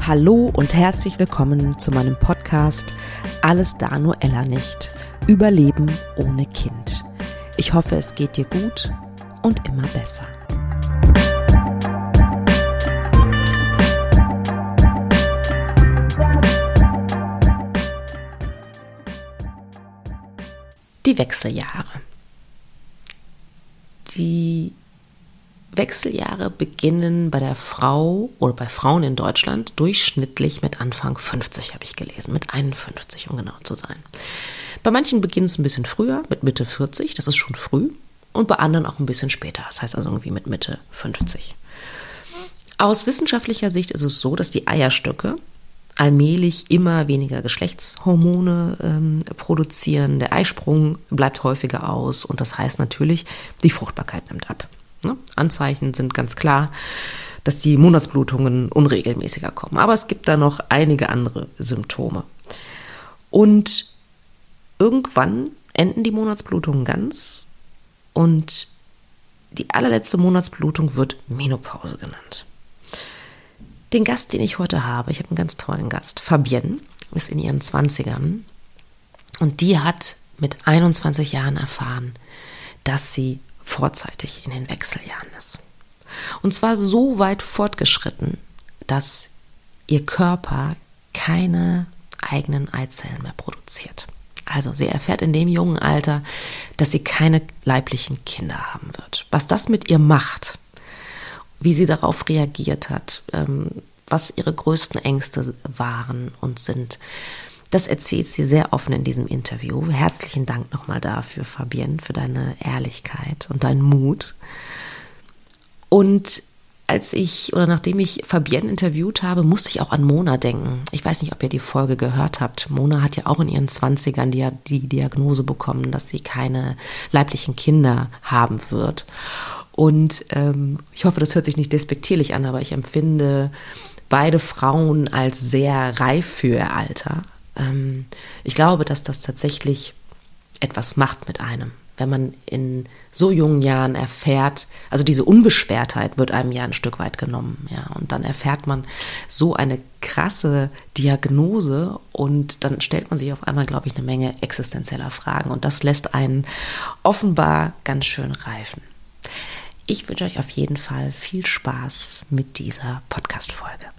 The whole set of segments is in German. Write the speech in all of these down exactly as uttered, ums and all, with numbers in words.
Hallo und herzlich willkommen zu meinem Podcast Alles da nur Ella nicht. Überleben ohne Kind. Ich hoffe, es geht dir gut und immer besser. Die Wechseljahre. Die Wechseljahre beginnen bei der Frau oder bei Frauen in Deutschland durchschnittlich mit Anfang fünfzig, habe ich gelesen, mit einundfünfzig, um genau zu sein. Bei manchen beginnt es ein bisschen früher, mit Mitte vierzig, das ist schon früh, und bei anderen auch ein bisschen später, das heißt also irgendwie mit Mitte fünfzig. Aus wissenschaftlicher Sicht ist es so, dass die Eierstöcke allmählich immer weniger Geschlechtshormone ähm, produzieren, der Eisprung bleibt häufiger aus und das heißt natürlich, die Fruchtbarkeit nimmt ab. Ne? Anzeichen sind ganz klar, dass die Monatsblutungen unregelmäßiger kommen. Aber es gibt da noch einige andere Symptome. Und irgendwann enden die Monatsblutungen ganz und die allerletzte Monatsblutung wird Menopause genannt. Den Gast, den ich heute habe, ich habe einen ganz tollen Gast, Fabienne, ist in ihren Zwanzigern und die hat mit einundzwanzig Jahren erfahren, dass sie vorzeitig in den Wechseljahren ist. Und zwar so weit fortgeschritten, dass ihr Körper keine eigenen Eizellen mehr produziert. Also sie erfährt in dem jungen Alter, dass sie keine leiblichen Kinder haben wird. Was das mit ihr macht, wie sie darauf reagiert hat, was ihre größten Ängste waren und sind, das erzählt sie sehr offen in diesem Interview. Herzlichen Dank nochmal dafür, Fabienne, für deine Ehrlichkeit und deinen Mut. Und als ich oder nachdem ich Fabienne interviewt habe, musste ich auch an Mona denken. Ich weiß nicht, ob ihr die Folge gehört habt. Mona hat ja auch in ihren Zwanzigern die, die Diagnose bekommen, dass sie keine leiblichen Kinder haben wird. Und ähm, ich hoffe, das hört sich nicht despektierlich an, aber ich empfinde beide Frauen als sehr reif für ihr Alter. Ähm, ich glaube, dass das tatsächlich etwas macht mit einem, wenn man in so jungen Jahren erfährt, also diese Unbeschwertheit wird einem ja ein Stück weit genommen, ja, und dann erfährt man so eine krasse Diagnose und dann stellt man sich auf einmal, glaube ich, eine Menge existenzieller Fragen und das lässt einen offenbar ganz schön reifen. Ich wünsche euch auf jeden Fall viel Spaß mit dieser Podcast-Folge.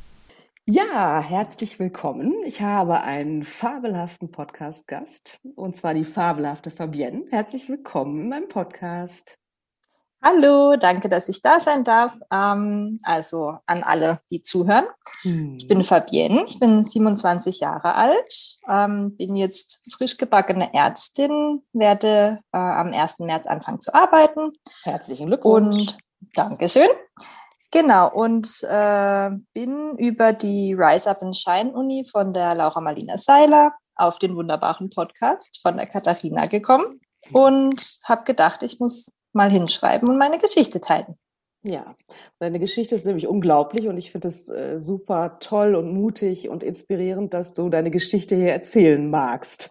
Ja, herzlich willkommen. Ich habe einen fabelhaften Podcast-Gast, und zwar die fabelhafte Fabienne. Herzlich willkommen in meinem Podcast. Hallo, danke, dass ich da sein darf. Ähm, also an alle, die zuhören. Hm. Ich bin Fabienne, ich bin siebenundzwanzig Jahre alt, ähm, bin jetzt frisch gebackene Ärztin, werde äh, am ersten März anfangen zu arbeiten. Herzlichen Glückwunsch. Und Dankeschön. Genau, und äh, bin über die Rise Up and Shine Uni von der Laura Marlina Seiler auf den wunderbaren Podcast von der Katharina gekommen und habe gedacht, ich muss mal hinschreiben und meine Geschichte teilen. Ja, deine Geschichte ist nämlich unglaublich und ich finde es äh, super toll und mutig und inspirierend, dass du deine Geschichte hier erzählen magst.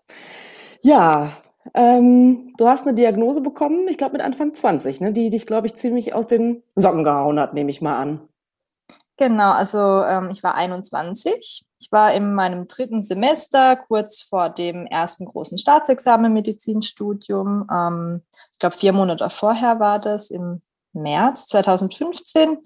Ja, ähm, du hast eine Diagnose bekommen, ich glaube mit Anfang zwanzig, ne, die dich, glaube ich, ziemlich aus den Socken gehauen hat, nehme ich mal an. Genau, also ähm, ich war einundzwanzig. Ich war in meinem dritten Semester, kurz vor dem ersten großen Staatsexamen im Medizinstudium. Ähm, ich glaube, vier Monate vorher war das, im März zweitausendfünfzehn.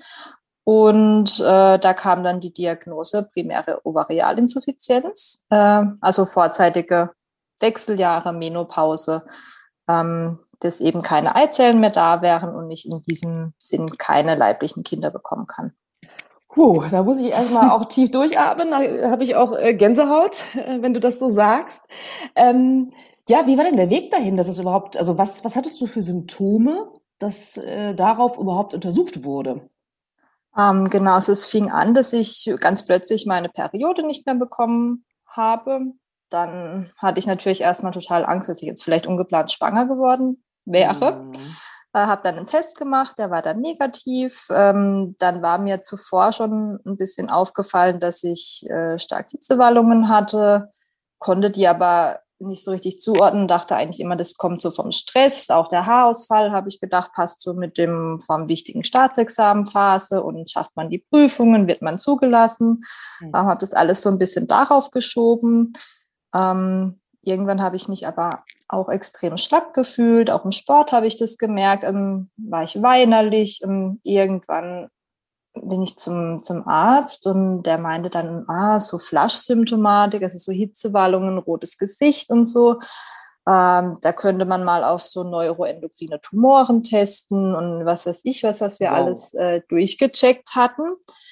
Und äh, da kam dann die Diagnose primäre Ovarialinsuffizienz, äh, also vorzeitige Wechseljahre, Menopause, ähm, dass eben keine Eizellen mehr da wären und ich in diesem Sinn keine leiblichen Kinder bekommen kann. Puh, da muss ich erstmal auch tief durchatmen, da habe ich auch äh, Gänsehaut, äh, wenn du das so sagst. Ähm, ja, wie war denn der Weg dahin, dass es überhaupt, also was, was hattest du für Symptome, dass äh, darauf überhaupt untersucht wurde? Ähm, genau, also es fing an, dass ich ganz plötzlich meine Periode nicht mehr bekommen habe. Dann hatte ich natürlich erstmal total Angst, dass ich jetzt vielleicht ungeplant schwanger geworden wäre. Mhm. Äh, habe dann einen Test gemacht, der war dann negativ. Ähm, dann war mir zuvor schon ein bisschen aufgefallen, dass ich äh, stark Hitzewallungen hatte, konnte die aber nicht so richtig zuordnen, dachte eigentlich immer, das kommt so vom Stress. Auch der Haarausfall, habe ich gedacht, passt so mit dem vom wichtigen Staatsexamenphase und schafft man die Prüfungen, wird man zugelassen. Mhm. Ähm, habe das alles so ein bisschen darauf geschoben. Ähm, irgendwann habe ich mich aber auch extrem schlapp gefühlt. Auch im Sport habe ich das gemerkt. Ähm, war ich weinerlich. Ähm, irgendwann bin ich zum, zum Arzt und der meinte dann, ah, so Flasch-Symptomatik, also so Hitzewallungen, rotes Gesicht und so. Ähm, da könnte man mal auf so neuroendokrine Tumoren testen und was weiß ich, was, was wir wow. alles äh, durchgecheckt hatten.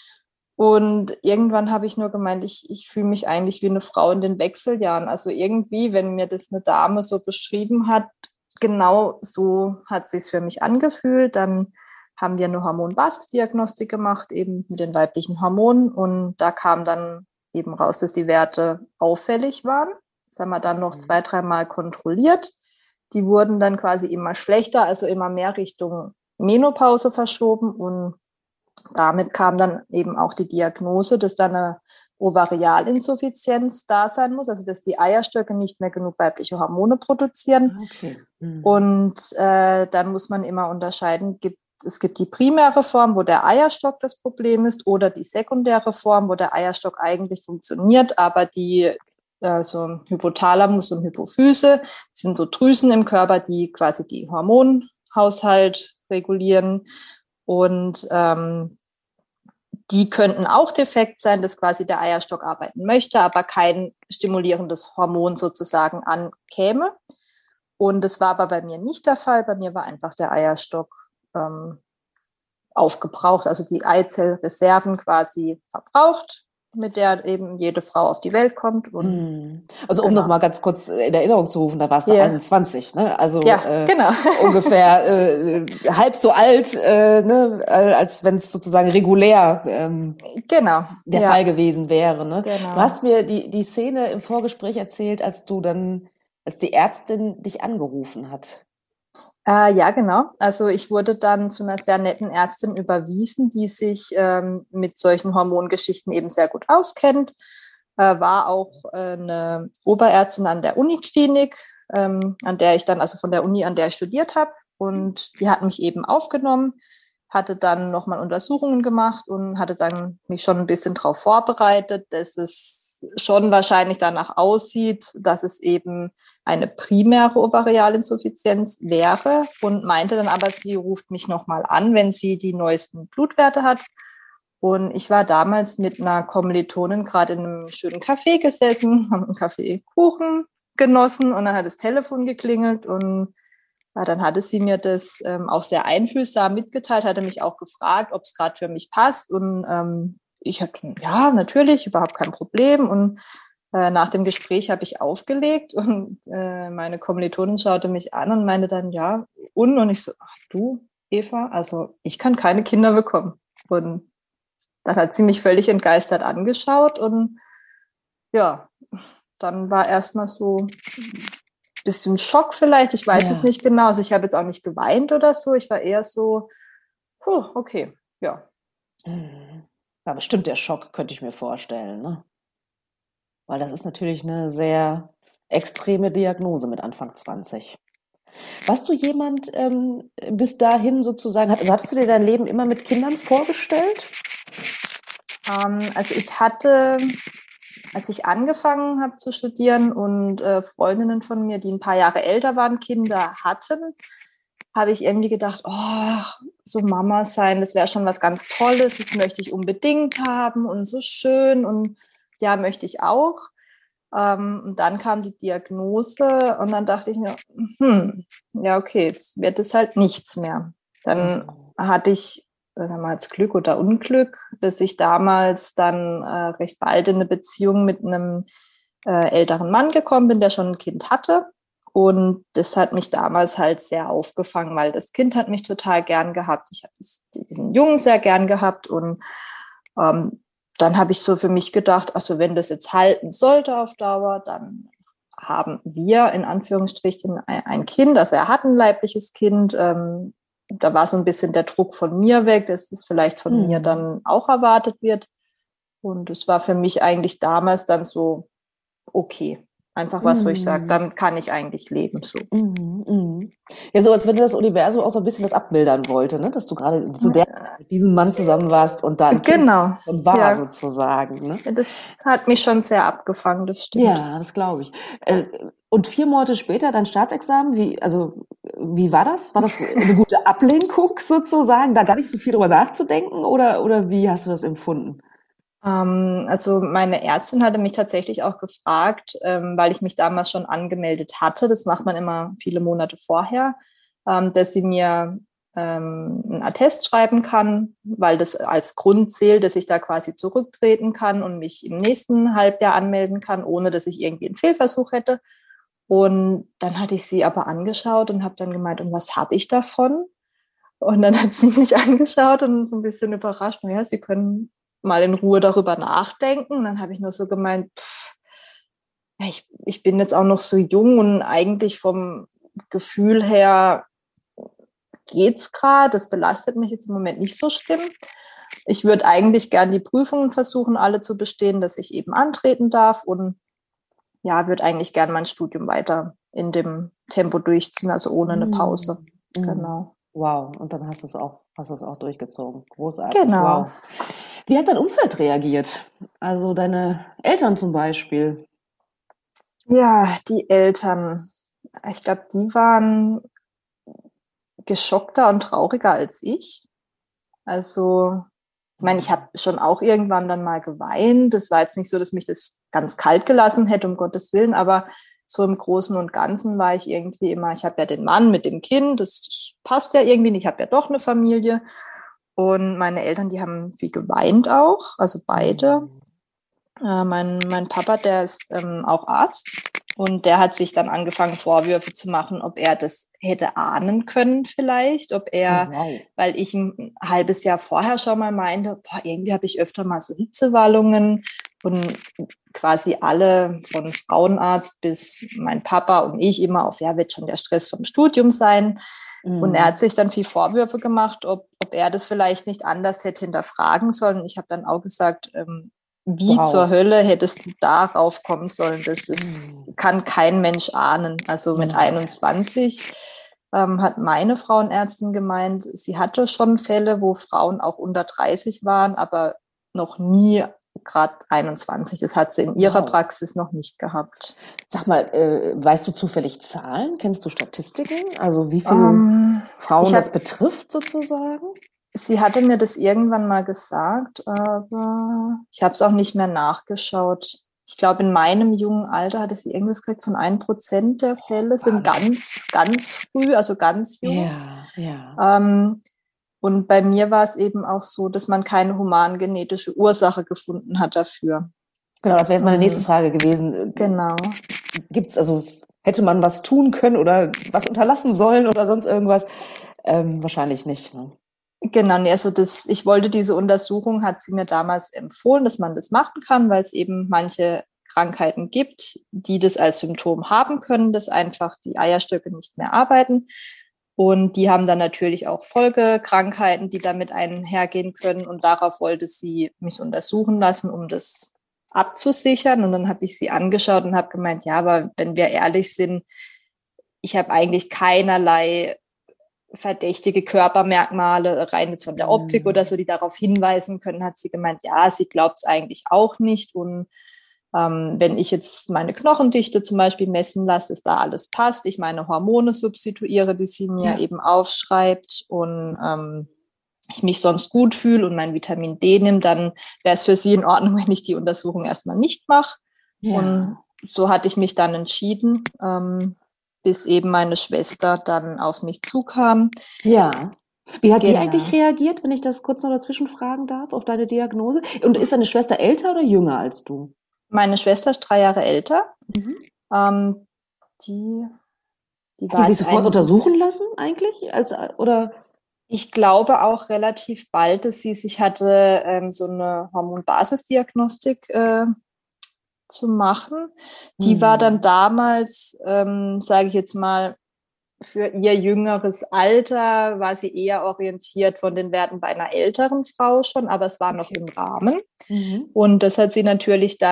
Und irgendwann habe ich nur gemeint, ich, ich fühle mich eigentlich wie eine Frau in den Wechseljahren. Also irgendwie, wenn mir das eine Dame so beschrieben hat, genau so hat sie es für mich angefühlt. Dann haben wir eine Hormonbasisdiagnostik gemacht, eben mit den weiblichen Hormonen. Und da kam dann eben raus, dass die Werte auffällig waren. Das haben wir dann noch zwei, dreimal kontrolliert. Die wurden dann quasi immer schlechter, also immer mehr Richtung Menopause verschoben. Und damit kam dann eben auch die Diagnose, dass da eine Ovarialinsuffizienz da sein muss, also dass die Eierstöcke nicht mehr genug weibliche Hormone produzieren. Okay. Mhm. Und äh, dann muss man immer unterscheiden, gibt Es gibt die primäre Form, wo der Eierstock das Problem ist, oder die sekundäre Form, wo der Eierstock eigentlich funktioniert, aber die also Hypothalamus und Hypophyse sind so Drüsen im Körper, die quasi die Hormonhaushalt regulieren. Und ähm, die könnten auch defekt sein, dass quasi der Eierstock arbeiten möchte, aber kein stimulierendes Hormon sozusagen ankäme. Und das war aber bei mir nicht der Fall. Bei mir war einfach der Eierstock ähm, aufgebraucht, also die Eizellreserven quasi verbraucht, mit der eben jede Frau auf die Welt kommt. Und also um genau. noch mal ganz kurz in Erinnerung zu rufen, da warst du yeah. einundzwanzig, ne? Also ja, äh, genau. ungefähr äh, halb so alt, äh, ne? als wenn es sozusagen regulär ähm, genau. der ja. Fall gewesen wäre. Ne? Genau. Du hast mir die, die Szene im Vorgespräch erzählt, als du dann, als die Ärztin dich angerufen hat. Äh, ja, genau. Also ich wurde dann zu einer sehr netten Ärztin überwiesen, die sich ähm, mit solchen Hormongeschichten eben sehr gut auskennt. Äh, war auch äh, eine Oberärztin an der Uniklinik, ähm, an der ich dann, also von der Uni, an der ich studiert habe. Und die hat mich eben aufgenommen, hatte dann nochmal Untersuchungen gemacht und hatte dann mich schon ein bisschen darauf vorbereitet, dass es schon wahrscheinlich danach aussieht, dass es eben eine primäre Ovarialinsuffizienz wäre, und meinte dann aber, sie ruft mich nochmal an, wenn sie die neuesten Blutwerte hat. Und ich war damals mit einer Kommilitonin gerade in einem schönen Café gesessen, haben einen Kaffee Kuchen genossen und dann hat das Telefon geklingelt und ja, dann hatte sie mir das ähm, auch sehr einfühlsam mitgeteilt, hatte mich auch gefragt, ob es gerade für mich passt, und ähm, ich hatte, ja, natürlich, überhaupt kein Problem. Und äh, nach dem Gespräch habe ich aufgelegt und äh, meine Kommilitonin schaute mich an und meinte dann, ja, und? Und ich so, ach du, Eva, also ich kann keine Kinder bekommen. Und dann hat sie mich völlig entgeistert angeschaut und ja, dann war erstmal so ein bisschen Schock vielleicht, ich weiß ja. es nicht genau. Also ich habe jetzt auch nicht geweint oder so, ich war eher so, puh, okay, ja. Mhm. Ja, bestimmt der Schock, könnte ich mir vorstellen, ne? Weil das ist natürlich eine sehr extreme Diagnose mit Anfang zwanzig. Warst du jemand ähm, bis dahin sozusagen, also hattest du dir dein Leben immer mit Kindern vorgestellt? Ähm, also ich hatte, als ich angefangen habe zu studieren und äh, Freundinnen von mir, die ein paar Jahre älter waren, Kinder hatten, habe ich irgendwie gedacht, oh, so Mama sein, das wäre schon was ganz Tolles, das möchte ich unbedingt haben und so schön und ja, möchte ich auch. Ähm, und dann kam die Diagnose und dann dachte ich mir, hm, ja okay, jetzt wird es halt nichts mehr. Dann hatte ich, sagen wir jetzt Glück oder Unglück, dass ich damals dann äh, recht bald in eine Beziehung mit einem äh, älteren Mann gekommen bin, der schon ein Kind hatte. Und das hat mich damals halt sehr aufgefangen, weil das Kind hat mich total gern gehabt. Ich habe diesen Jungen sehr gern gehabt. Und ähm, dann habe ich so für mich gedacht, also wenn das jetzt halten sollte auf Dauer, dann haben wir in Anführungsstrichen ein, ein Kind. Also er hat ein leibliches Kind. Ähm, da war so ein bisschen der Druck von mir weg, dass es vielleicht von mhm. mir dann auch erwartet wird. Und es war für mich eigentlich damals dann so okay. Einfach was, wo ich sage, Mhm. damit kann ich eigentlich leben. So. Mhm, mhm. Ja, so als wenn das Universum auch so ein bisschen das abmildern wollte, ne? Dass du gerade zu der mit diesem Mann zusammen warst und da ein Kind Genau, schon war, ja. sozusagen, ne? Das hat mich schon sehr abgefangen, das stimmt. Ja, das glaube ich. Äh, Und vier Monate später dein Staatsexamen, wie, also, wie war das? War das eine gute Ablenkung sozusagen, da gar nicht so viel drüber nachzudenken oder, oder wie hast du das empfunden? Ähm, also meine Ärztin hatte mich tatsächlich auch gefragt, ähm, weil ich mich damals schon angemeldet hatte, das macht man immer viele Monate vorher, ähm, dass sie mir ähm, einen Attest schreiben kann, weil das als Grund zählt, dass ich da quasi zurücktreten kann und mich im nächsten Halbjahr anmelden kann, ohne dass ich irgendwie einen Fehlversuch hätte. Und dann hatte ich sie aber angeschaut und habe dann gemeint, und was habe ich davon? Und dann hat sie mich angeschaut und so ein bisschen überrascht, naja, Sie können mal in Ruhe darüber nachdenken. Und dann habe ich nur so gemeint, pff, ja, ich, ich bin jetzt auch noch so jung und eigentlich vom Gefühl her geht's gerade. Das belastet mich jetzt im Moment nicht so schlimm. Ich würde eigentlich gern die Prüfungen versuchen, alle zu bestehen, dass ich eben antreten darf und ja, würde eigentlich gern mein Studium weiter in dem Tempo durchziehen, also ohne eine Pause. Mhm. Genau. Wow, und dann hast du es auch, hast du es auch durchgezogen. Großartig, Genau. wow. Wie hat dein Umfeld reagiert? Also deine Eltern zum Beispiel. Ja, die Eltern, ich glaube, die waren geschockter und trauriger als ich. Also, ich meine, ich habe schon auch irgendwann dann mal geweint. Das war jetzt nicht so, dass mich das ganz kalt gelassen hätte, um Gottes Willen, aber so im Großen und Ganzen war ich irgendwie immer, ich habe ja den Mann mit dem Kind, das passt ja irgendwie nicht, ich habe ja doch eine Familie. Und meine Eltern, die haben viel geweint auch, also beide. Äh, mein, mein Papa, der ist ähm, auch Arzt und der hat sich dann angefangen, Vorwürfe zu machen, ob er das hätte ahnen können vielleicht, ob er, Oh, wow. weil ich ein halbes Jahr vorher schon mal meinte, boah, irgendwie habe ich öfter mal so Hitzewallungen und quasi alle von Frauenarzt bis mein Papa und ich immer auf, ja, wird schon der Stress vom Studium sein. Und er hat sich dann viel Vorwürfe gemacht, ob, ob er das vielleicht nicht anders hätte hinterfragen sollen. Ich habe dann auch gesagt, ähm, wie Wow. zur Hölle hättest du darauf kommen sollen? Das ist, kann kein Mensch ahnen. Also mit einundzwanzig ähm, hat meine Frauenärztin gemeint, sie hatte schon Fälle, wo Frauen auch unter dreißig waren, aber noch nie gerade einundzwanzig. Das hat sie in ihrer Wow. Praxis noch nicht gehabt. Sag mal, äh, weißt du zufällig Zahlen? Kennst du Statistiken? Also wie viele Ähm, Frauen ich das hab, betrifft sozusagen? sie hatte mir das irgendwann mal gesagt, aber ich habe es auch nicht mehr nachgeschaut. Ich glaube, in meinem jungen Alter hatte sie irgendwas gesagt von ein Prozent der Fälle sind ganz, ganz früh, also ganz jung. Ja, ja. Ähm, und bei mir war es eben auch so, dass man keine humangenetische Ursache gefunden hat dafür. Genau, das wäre jetzt meine nächste Mhm. Frage gewesen. Genau. Gibt's, also hätte man was tun können oder was unterlassen sollen oder sonst irgendwas? Ähm, wahrscheinlich nicht, ne? Genau, nee, also das, ich wollte diese Untersuchung, hat sie mir damals empfohlen, dass man das machen kann, weil es eben manche Krankheiten gibt, die das als Symptom haben können, dass einfach die Eierstöcke nicht mehr arbeiten. Und die haben dann natürlich auch Folgekrankheiten, die damit einhergehen können. Und darauf wollte sie mich untersuchen lassen, um das abzusichern. Und dann habe ich sie angeschaut und habe gemeint, ja, aber wenn wir ehrlich sind, ich habe eigentlich keinerlei verdächtige Körpermerkmale, rein jetzt von der Optik oder so, die darauf hinweisen können, hat sie gemeint, ja, sie glaubt es eigentlich auch nicht. Und ähm, wenn ich jetzt meine Knochendichte zum Beispiel messen lasse, dass da alles passt, ich meine Hormone substituiere, die sie mir Ja. eben aufschreibt und ähm, ich mich sonst gut fühle und mein Vitamin D nehme, dann wäre es für sie in Ordnung, wenn ich die Untersuchung erstmal nicht mache. Ja. Und so hatte ich mich dann entschieden, ähm, bis eben meine Schwester dann auf mich zukam. Ja. Wie hat die Genau. eigentlich reagiert, wenn ich das kurz noch dazwischen fragen darf, auf deine Diagnose? Und ist deine Schwester älter oder jünger als du? Meine Schwester ist drei Jahre älter. Mhm. Ähm, die, die Hat war die sich jetzt sofort ein, untersuchen lassen eigentlich? Als, oder? ich glaube auch relativ bald, dass sie sich hatte, ähm, so eine Hormonbasisdiagnostik äh, zu machen. Die Hm. war dann damals, ähm, sage ich jetzt mal, für ihr jüngeres Alter war sie eher orientiert von den Werten bei einer älteren Frau schon, aber es war noch Okay. im Rahmen. Mhm. Und das hat sie natürlich dann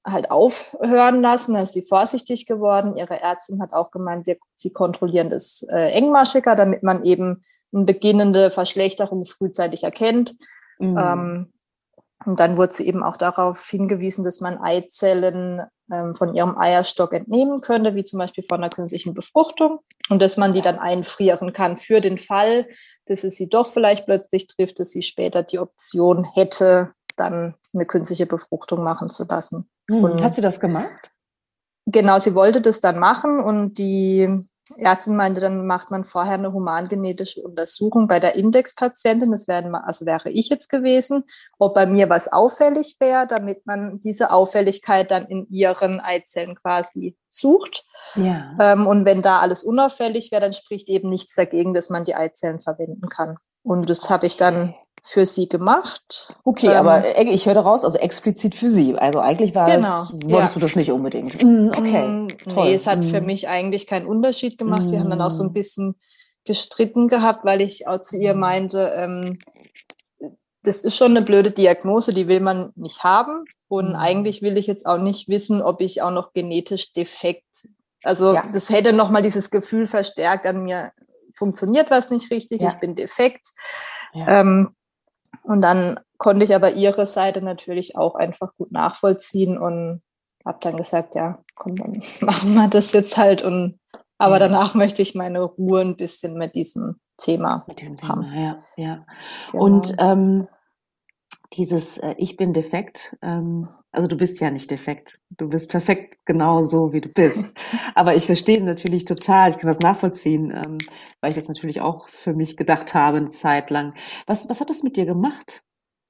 halt aufhören lassen. Da ist sie vorsichtig geworden. Ihre Ärztin hat auch gemeint, wir, sie kontrollieren das äh, engmaschiger, damit man eben eine beginnende Verschlechterung frühzeitig erkennt. Mhm. Ähm, und dann wurde sie eben auch darauf hingewiesen, dass man Eizellen ähm, von ihrem Eierstock entnehmen könnte, wie zum Beispiel von einer künstlichen Befruchtung, und dass man die dann einfrieren kann für den Fall, dass es sie doch vielleicht plötzlich trifft, dass sie später die Option hätte, dann eine künstliche Befruchtung machen zu lassen. Hm. Und hat sie das gemacht? Genau, sie wollte das dann machen, und die Ärztin meinte, dann macht man vorher eine humangenetische Untersuchung bei der Indexpatientin, das wäre, also wäre ich jetzt gewesen, ob bei mir was auffällig wäre, damit man diese Auffälligkeit dann in ihren Eizellen quasi sucht. Ja. Ähm, und wenn da alles unauffällig wäre, dann spricht eben nichts dagegen, dass man die Eizellen verwenden kann. Und das habe ich dann für sie gemacht. Okay, ähm, aber ich höre raus, also explizit für sie. Also eigentlich war genau, es, wolltest ja. du das nicht unbedingt. Mm, okay, mm, toll. Nee, es hat mm. für mich eigentlich keinen Unterschied gemacht. Mm. Wir haben dann auch so ein bisschen gestritten gehabt, weil ich auch zu ihr meinte, ähm, das ist schon eine blöde Diagnose, die will man nicht haben. Und mm. eigentlich will ich jetzt auch nicht wissen, ob ich auch noch genetisch defekt, also ja. das hätte nochmal dieses Gefühl verstärkt, an mir funktioniert was nicht richtig, ja. ich bin defekt. Ja. Ähm, Und dann konnte ich aber ihre Seite natürlich auch einfach gut nachvollziehen und habe dann gesagt, ja, komm, dann machen wir das jetzt halt. Und aber ja. danach möchte ich meine Ruhe ein bisschen mit diesem Thema mit diesem haben. Thema, ja, ja. Genau. Und ähm, dieses äh, Ich bin defekt, ähm, also du bist ja nicht defekt, du bist perfekt genau so, wie du bist. Aber ich verstehe natürlich total, ich kann das nachvollziehen, ähm, weil ich das natürlich auch für mich gedacht habe, eine Zeit lang. Was, was hat das mit dir gemacht?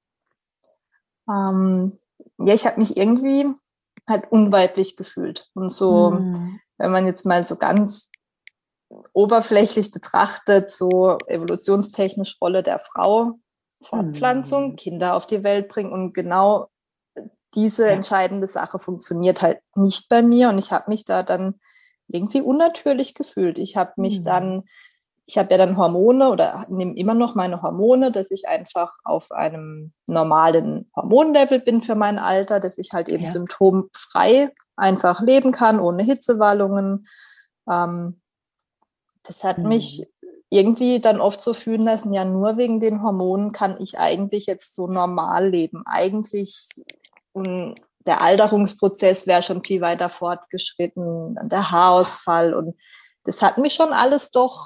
Ähm, ja, ich habe mich irgendwie halt unweiblich gefühlt. Und so, hm. wenn man jetzt mal so ganz oberflächlich betrachtet, so evolutionstechnisch Rolle der Frau, Fortpflanzung, hm. Kinder auf die Welt bringen, und genau diese ja. entscheidende Sache funktioniert halt nicht bei mir, und ich habe mich da dann irgendwie unnatürlich gefühlt. Ich habe mich hm. dann, ich habe ja dann Hormone oder nehme immer noch meine Hormone, dass ich einfach auf einem normalen Hormonlevel bin für mein Alter, dass ich halt eben ja. symptomfrei einfach leben kann, ohne Hitzewallungen. Ähm, das hat hm. mich irgendwie dann oft so fühlen lassen, ja, nur wegen den Hormonen kann ich eigentlich jetzt so normal leben. Eigentlich, um, der Alterungsprozess wäre schon viel weiter fortgeschritten, der Haarausfall, und das hat mich schon alles doch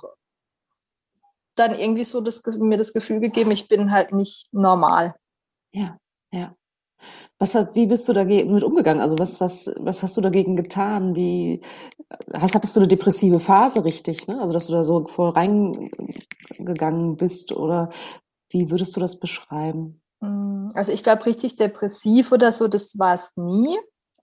dann irgendwie so das, mir das Gefühl gegeben, ich bin halt nicht normal. Ja, ja. Was hat, wie bist du dagegen mit umgegangen? Also was, was, was hast du dagegen getan? Wie, hast, hattest du eine depressive Phase, richtig, ne? Also, dass du da so voll reingegangen bist, oder wie würdest du das beschreiben? Also ich glaube, richtig depressiv oder so, das war es nie.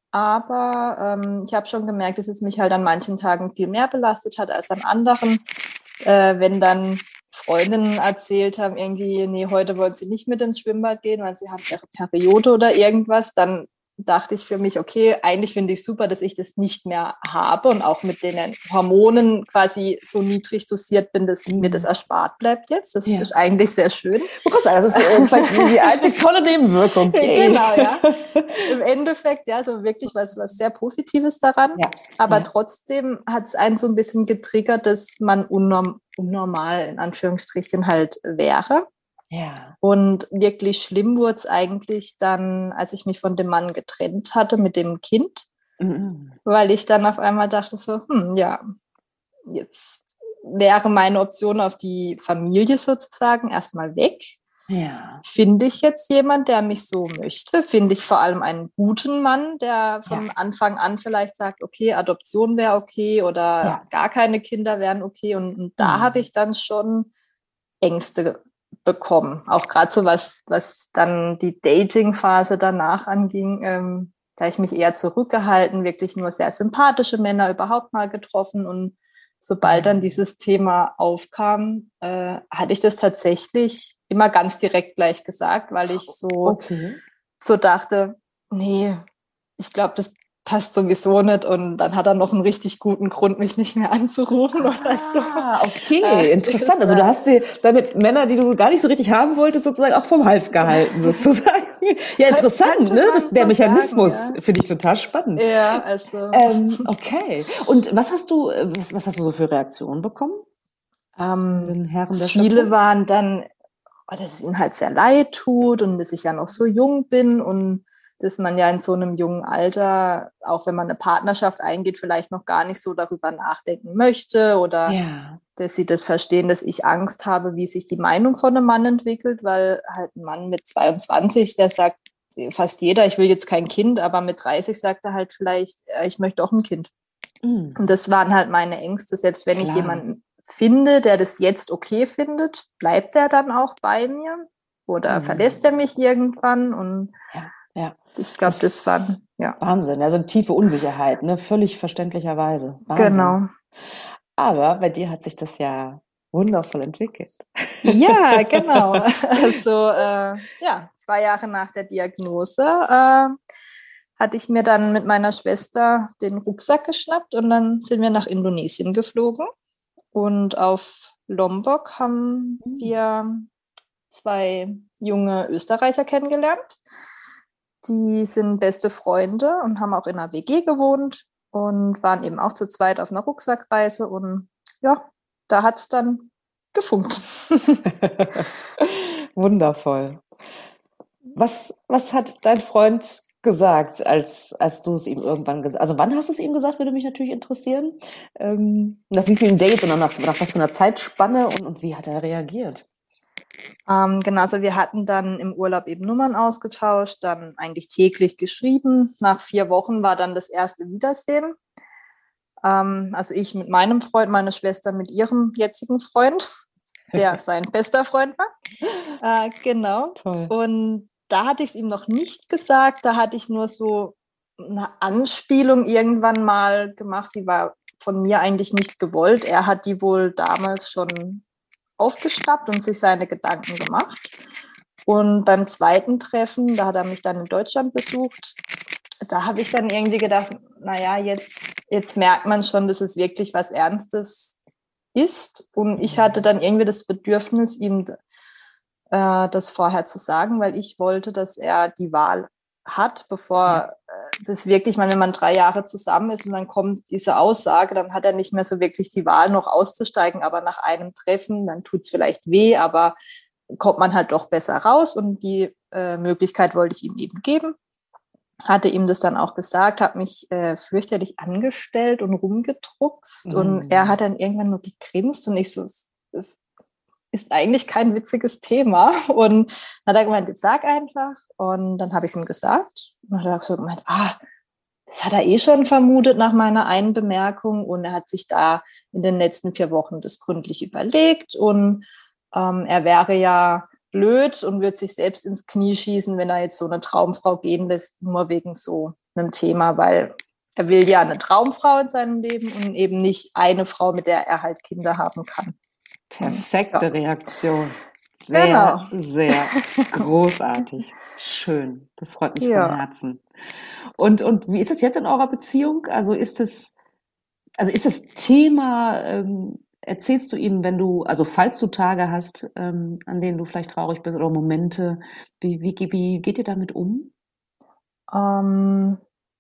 Aber ähm, ich habe schon gemerkt, dass es mich halt an manchen Tagen viel mehr belastet hat als an anderen. Äh, wenn dann Freundinnen erzählt haben, irgendwie, nee, heute wollen sie nicht mit ins Schwimmbad gehen, weil sie haben ihre Periode oder irgendwas, dann dachte ich für mich, okay, eigentlich finde ich super, dass ich das nicht mehr habe und auch mit den Hormonen quasi so niedrig dosiert bin, dass mhm. mir das erspart bleibt jetzt. Das ja. ist eigentlich sehr schön. Oh Gott, das ist äh, vielleicht die einzig tolle Nebenwirkung. Yay. Genau, ja. Im Endeffekt, ja, so wirklich was, was sehr Positives daran. Ja. Aber ja. trotzdem hat es einen so ein bisschen getriggert, dass man unnorm, unnormal in Anführungsstrichen halt wäre. Ja. Und wirklich schlimm wurde es eigentlich dann, als ich mich von dem Mann getrennt hatte mit dem Kind, mhm. weil ich dann auf einmal dachte so, hm, ja, jetzt wäre meine Option auf die Familie sozusagen erstmal weg. Ja. Finde ich jetzt jemand, der mich so möchte? Finde ich vor allem einen guten Mann, der von ja. Anfang an vielleicht sagt, okay, Adoption wäre okay oder ja. gar keine Kinder wären okay. Und, und da mhm. habe ich dann schon Ängste bekommen. Auch gerade so was, was dann die Dating-Phase danach anging, ähm, da ich mich eher zurückgehalten, wirklich nur sehr sympathische Männer überhaupt mal getroffen, und sobald dann dieses Thema aufkam, äh, hatte ich das tatsächlich immer ganz direkt gleich gesagt, weil ich so, okay. so dachte, nee, ich glaube, das passt sowieso nicht, und dann hat er noch einen richtig guten Grund, mich nicht mehr anzurufen ah, oder so. Ah, okay, äh, interessant. Also du hast dir damit Männer, die du gar nicht so richtig haben wolltest, sozusagen auch vom Hals gehalten, sozusagen. Ja, interessant, Könnte ne? man Das, der so Mechanismus sagen, ja. finde ich total spannend. Ja, also. Ähm, okay. Und was hast du, äh, was, was hast du so für Reaktionen bekommen von Ähm, den Herren der viele Schöpfung? waren dann, oh, dass es ihnen halt sehr leid tut und dass ich ja noch so jung bin und dass man ja in so einem jungen Alter, auch wenn man eine Partnerschaft eingeht, vielleicht noch gar nicht so darüber nachdenken möchte oder Ja. dass sie das verstehen, dass ich Angst habe, wie sich die Meinung von einem Mann entwickelt, weil halt ein Mann mit zweiundzwanzig, der sagt fast jeder, ich will jetzt kein Kind, aber mit dreißig sagt er halt vielleicht, äh, ich möchte auch ein Kind. Mhm. Und das waren halt meine Ängste, selbst wenn Klar. ich jemanden finde, der das jetzt okay findet, bleibt er dann auch bei mir oder Mhm. verlässt er mich irgendwann und Ja, ja. ich glaube, das, das war, ja. Wahnsinn, also tiefe Unsicherheit, ne? Völlig verständlicherweise. Wahnsinn. Genau. Aber bei dir hat sich das ja wundervoll entwickelt. Ja, genau. Also äh, ja, zwei Jahre nach der Diagnose äh, hatte ich mir dann mit meiner Schwester den Rucksack geschnappt und dann sind wir nach Indonesien geflogen. Und auf Lombok haben wir zwei junge Österreicher kennengelernt. Die sind beste Freunde und haben auch in einer W G gewohnt und waren eben auch zu zweit auf einer Rucksackreise. Und ja, da hat es dann gefunkt. Wundervoll. Was, was hat dein Freund gesagt, als, als du es ihm irgendwann gesagt hast? Also wann hast du es ihm gesagt, würde mich natürlich interessieren. Ähm, nach wie vielen Dates und nach, nach was für einer Zeitspanne und, und wie hat er reagiert? Ähm, genau, also wir hatten dann im Urlaub eben Nummern ausgetauscht, dann eigentlich täglich geschrieben. Nach vier Wochen war dann das erste Wiedersehen. Ähm, also ich mit meinem Freund, meine Schwester mit ihrem jetzigen Freund, der sein bester Freund war. Äh, genau. Toll. Und da hatte ich es ihm noch nicht gesagt, da hatte ich nur so eine Anspielung irgendwann mal gemacht, die war von mir eigentlich nicht gewollt. Er hat die wohl damals schon aufgeschnappt und sich seine Gedanken gemacht. Und beim zweiten Treffen, da hat er mich dann in Deutschland besucht, da habe ich dann irgendwie gedacht, naja, jetzt, jetzt merkt man schon, dass es wirklich was Ernstes ist. Und ich hatte dann irgendwie das Bedürfnis, ihm äh, das vorher zu sagen, weil ich wollte, dass er die Wahl hat, bevor Ja. äh, das wirklich, mal, wenn man drei Jahre zusammen ist und dann kommt diese Aussage, dann hat er nicht mehr so wirklich die Wahl, noch auszusteigen, aber nach einem Treffen, dann tut es vielleicht weh, aber kommt man halt doch besser raus und die äh, Möglichkeit wollte ich ihm eben geben. Hatte ihm das dann auch gesagt, habe mich äh, fürchterlich angestellt und rumgedruckst Mhm. und er hat dann irgendwann nur gegrinst und ich so, es ist eigentlich kein witziges Thema. Und dann hat er gemeint, jetzt sag einfach. Und dann habe ich es ihm gesagt. Und dann hat er so gemeint, ah, das hat er eh schon vermutet nach meiner einen Bemerkung. Und er hat sich da in den letzten vier Wochen das gründlich überlegt. Und ähm, er wäre ja blöd und würde sich selbst ins Knie schießen, wenn er jetzt so eine Traumfrau gehen lässt, nur wegen so einem Thema, weil er will ja eine Traumfrau in seinem Leben und eben nicht eine Frau, mit der er halt Kinder haben kann. Perfekte Ja. Reaktion. Sehr, Genau. sehr großartig. Schön. Das freut mich Ja. von Herzen. Und, und wie ist es jetzt in eurer Beziehung? Also ist es, also ist das Thema, ähm, erzählst du ihm, wenn du, also falls du Tage hast, ähm, an denen du vielleicht traurig bist oder Momente, wie, wie, wie geht ihr damit um? Ähm,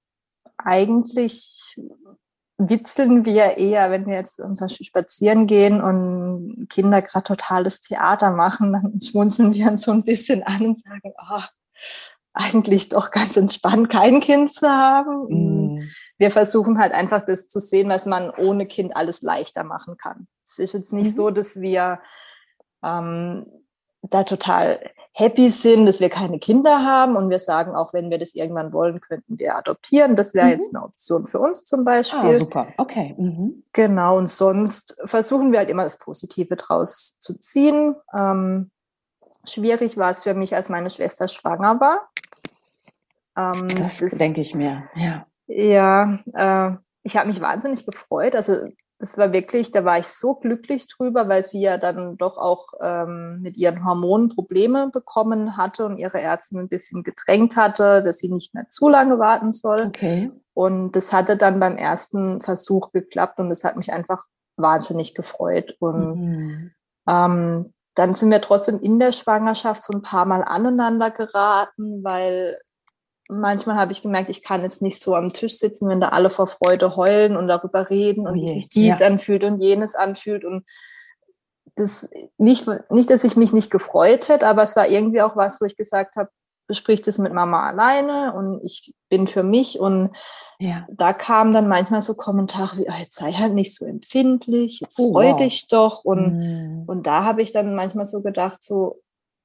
eigentlich witzeln wir eher, wenn wir jetzt zum Beispiel spazieren gehen und Kinder gerade totales Theater machen, dann schmunzeln wir uns so ein bisschen an und sagen, oh, eigentlich doch ganz entspannt, kein Kind zu haben. Mm. Wir versuchen halt einfach das zu sehen, was man ohne Kind alles leichter machen kann. Es ist jetzt nicht Mhm. so, dass wir ähm, da total happy sind, dass wir keine Kinder haben und wir sagen, auch wenn wir das irgendwann wollen, könnten wir adoptieren. Das wäre Mhm. jetzt eine Option für uns zum Beispiel. Ah, super. Okay. Mhm. Genau, und sonst versuchen wir halt immer das Positive draus zu ziehen. Ähm, schwierig war es für mich, als meine Schwester schwanger war. Ähm, Das, das denke ich mir, ja. Ja, äh, ich habe mich wahnsinnig gefreut. Also es war wirklich, da war ich so glücklich drüber, weil sie ja dann doch auch ähm, mit ihren Hormonen Probleme bekommen hatte und ihre Ärztin ein bisschen gedrängt hatte, dass sie nicht mehr zu lange warten soll. Okay. Und das hatte dann beim ersten Versuch geklappt und das hat mich einfach wahnsinnig gefreut. Und Mhm. ähm, dann sind wir trotzdem in der Schwangerschaft so ein paar Mal aneinander geraten, weil manchmal habe ich gemerkt, ich kann jetzt nicht so am Tisch sitzen, wenn da alle vor Freude heulen und darüber reden und Oh wie je, sich dies ja. anfühlt und jenes anfühlt. Und das nicht, nicht, dass ich mich nicht gefreut hätte, aber es war irgendwie auch was, wo ich gesagt habe, besprich das mit Mama alleine und ich bin für mich. Und Ja. da kamen dann manchmal so Kommentare wie, ah, jetzt sei halt nicht so empfindlich, jetzt Oh, freu wow. dich doch. Und, Mm. und da habe ich dann manchmal so gedacht, so,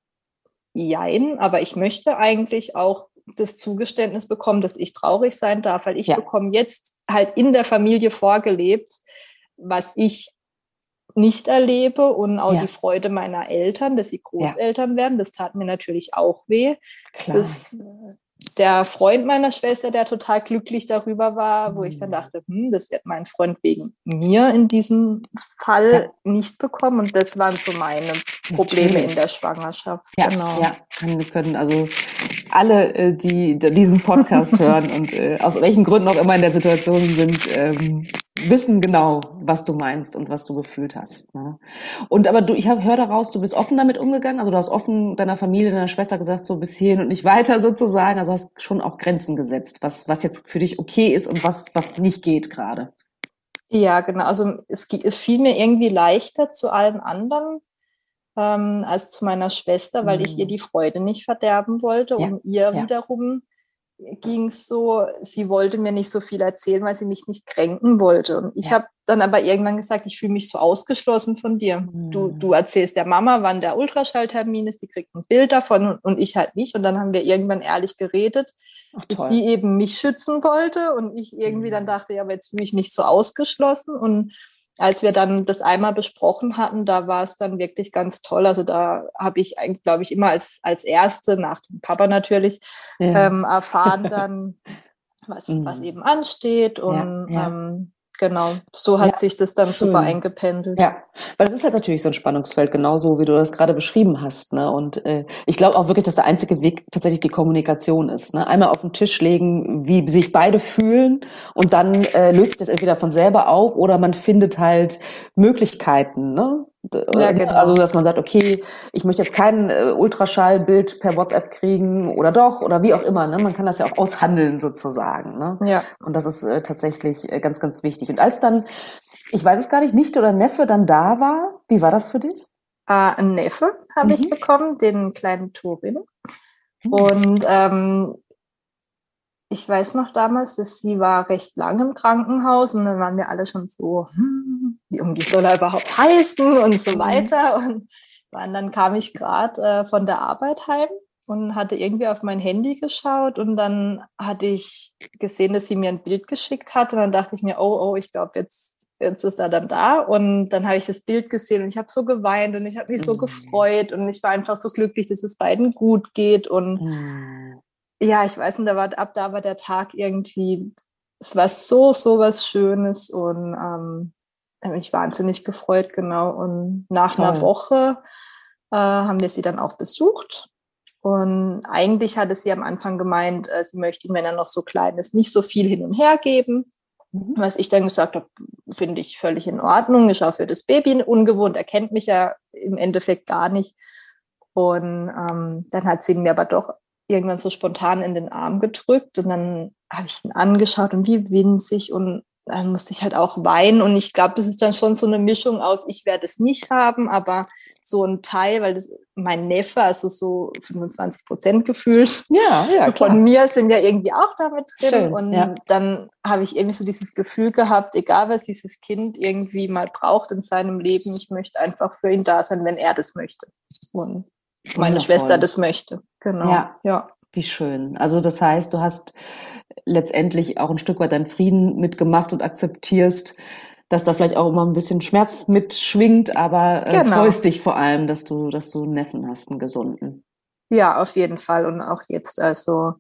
jein, aber ich möchte eigentlich auch das Zugeständnis bekommen, dass ich traurig sein darf, weil ich Ja. bekomme jetzt halt in der Familie vorgelebt, was ich nicht erlebe und auch Ja. die Freude meiner Eltern, dass sie Großeltern werden, das tat mir natürlich auch weh. Klar. Das, der Freund meiner Schwester, der total glücklich darüber war, wo ich dann dachte, hm, das wird mein Freund wegen mir in diesem Fall Ja. nicht bekommen. Und das waren so meine Probleme Natürlich. in der Schwangerschaft. Ja, Genau. ja, können, können also alle, äh, die d- diesen Podcast hören und äh, aus welchen Gründen auch immer in der Situation sind, ähm, wissen genau, was du meinst und was du gefühlt hast. Ne? Und aber du, ich höre daraus, du bist offen damit umgegangen, also du hast offen deiner Familie, deiner Schwester gesagt, so bis hierhin und nicht weiter sozusagen, also hast schon auch Grenzen gesetzt, was was jetzt für dich okay ist und was was nicht geht gerade. Ja, genau. Also es, gi- es fiel mir irgendwie leichter zu allen anderen ähm, als zu meiner Schwester, weil ich ihr Mhm. die Freude nicht verderben wollte. Ja, Und ihr ja. wiederum ging es so, sie wollte mir nicht so viel erzählen, weil sie mich nicht kränken wollte. Und ich Ja. habe dann aber irgendwann gesagt, ich fühle mich so ausgeschlossen von dir. Du, Mhm. du erzählst der Mama, wann der Ultraschalltermin ist, die kriegt ein Bild davon und, und ich halt nicht. Und dann haben wir irgendwann ehrlich geredet, Ach, dass toll. sie eben mich schützen wollte und ich irgendwie dann Mhm. dachte, ja, aber jetzt fühle ich mich so ausgeschlossen. Und als wir dann das einmal besprochen hatten, da war es dann wirklich ganz toll. Also da habe ich eigentlich, glaube ich, immer als, als Erste, nach dem Papa natürlich, Ja. ähm, erfahren dann, was, Mhm. was eben ansteht. Ja, Und ja. ähm, genau, so hat Ja, sich das dann super schön. eingependelt. Ja, weil das ist halt natürlich so ein Spannungsfeld, genauso wie du das gerade beschrieben hast, ne? Und äh, ich glaube auch wirklich, dass der einzige Weg tatsächlich die Kommunikation ist, ne? Einmal auf den Tisch legen, wie sich beide fühlen, und dann äh, löst sich das entweder von selber auf oder man findet halt Möglichkeiten, ne? D- Ja, äh, genau. Also dass man sagt, okay, ich möchte jetzt kein äh, Ultraschallbild per WhatsApp kriegen oder doch oder wie auch immer, ne? Man kann das ja auch aushandeln sozusagen, ne? Ja. Und das ist äh, tatsächlich äh, ganz, ganz wichtig. Und als dann, ich weiß es gar nicht, Nichte oder Neffe dann da war, wie war das für dich? Äh, einen Neffe habe ich Mhm. bekommen, den kleinen Torin. Mhm. Und ähm, ich weiß noch damals, dass sie war recht lang im Krankenhaus und dann waren wir alle schon so, hm, wie um die soll er überhaupt heißen und so Mhm. weiter. Und dann kam ich gerade äh, von der Arbeit heim und hatte irgendwie auf mein Handy geschaut und dann hatte ich gesehen, dass sie mir ein Bild geschickt hat und dann dachte ich mir, oh, oh, ich glaube, jetzt, jetzt ist er dann da. Und dann habe ich das Bild gesehen und ich habe so geweint und ich habe mich so Mhm. gefreut und ich war einfach so glücklich, dass es beiden gut geht. Und Mhm. ja, ich weiß nicht, da war, ab da war der Tag irgendwie, es war so, so was Schönes und ähm, habe mich wahnsinnig gefreut, genau. Und nach Toll. einer Woche äh, haben wir sie dann auch besucht. Und eigentlich hatte sie am Anfang gemeint, äh, sie möchte ihm, wenn er noch so klein ist, nicht so viel hin und her geben. Mhm. Was ich dann gesagt habe, finde ich völlig in Ordnung. Ist auch für das Baby ungewohnt. Er kennt mich ja im Endeffekt gar nicht. Und ähm, dann hat sie mir aber doch irgendwann so spontan in den Arm gedrückt. Und dann habe ich ihn angeschaut und wie winzig. Und dann musste ich halt auch weinen. Und ich glaube, das ist dann schon so eine Mischung aus, ich werde es nicht haben, aber so ein Teil, weil das mein Neffe, also so fünfundzwanzig Prozent gefühlt, Ja, ja, klar. von mir sind ja irgendwie auch damit drin. Schön, und ja. dann habe ich irgendwie so dieses Gefühl gehabt, egal was dieses Kind irgendwie mal braucht in seinem Leben, ich möchte einfach für ihn da sein, wenn er das möchte. Und meine Wundervoll. Schwester das möchte. Genau. Ja. Ja. Wie schön. Also das heißt, du hast letztendlich auch ein Stück weit deinen Frieden mitgemacht und akzeptierst, dass da vielleicht auch immer ein bisschen Schmerz mitschwingt, aber äh, Genau. freust dich vor allem, dass du, dass du einen Neffen hast, einen gesunden. Ja, auf jeden Fall. Und auch jetzt, also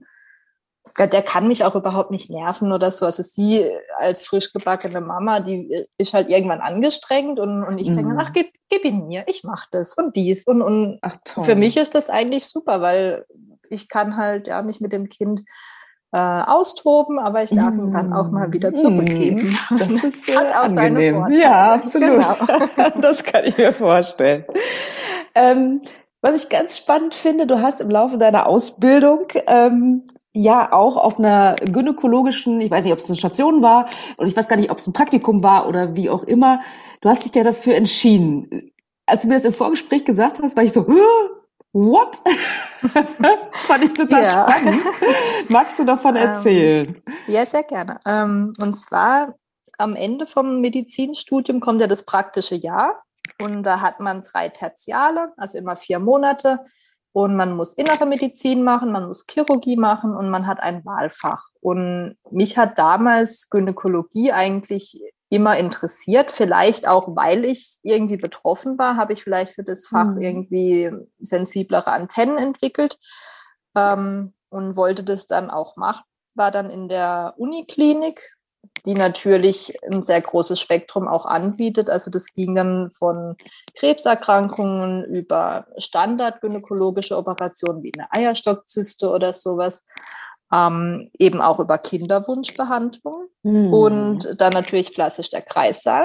der kann mich auch überhaupt nicht nerven oder so. Also sie als frisch gebackene Mama, die ist halt irgendwann angestrengt und, und ich denke, Mhm. ach, gib, gib ihn mir, ich mach das und dies. Und, und Ach, toll. für mich ist das eigentlich super, weil ich kann halt ja mich mit dem Kind äh, austoben, aber ich darf ihn dann auch mal wieder zurückgeben. Das ist äh, Hat auch seine angenehm. Vorteile. Ja, absolut. Genau. Das kann ich mir vorstellen. Ähm, was ich ganz spannend finde, du hast im Laufe deiner Ausbildung ähm, ja auch auf einer gynäkologischen, ich weiß nicht, ob es eine Station war und ich weiß gar nicht, ob es ein Praktikum war oder wie auch immer, du hast dich ja dafür entschieden. Als du mir das im Vorgespräch gesagt hast, war ich so, what? Fand ich total Ja. spannend. Magst du davon erzählen? Ähm, ja, sehr gerne. Ähm, und zwar am Ende vom Medizinstudium kommt ja das praktische Jahr und da hat man drei Tertiale, also immer vier Monate und man muss innere Medizin machen, man muss Chirurgie machen und man hat ein Wahlfach. Und mich hat damals Gynäkologie eigentlich immer interessiert, vielleicht auch, weil ich irgendwie betroffen war, habe ich vielleicht für das Fach Mhm. irgendwie sensiblere Antennen entwickelt ähm, und wollte das dann auch machen. War dann in der Uniklinik, die natürlich ein sehr großes Spektrum auch anbietet. Also das ging dann von Krebserkrankungen über standardgynäkologische Operationen wie eine Eierstockzyste oder sowas, ähm, eben auch über Kinderwunschbehandlung Mhm. und dann natürlich klassisch der Kreissaal.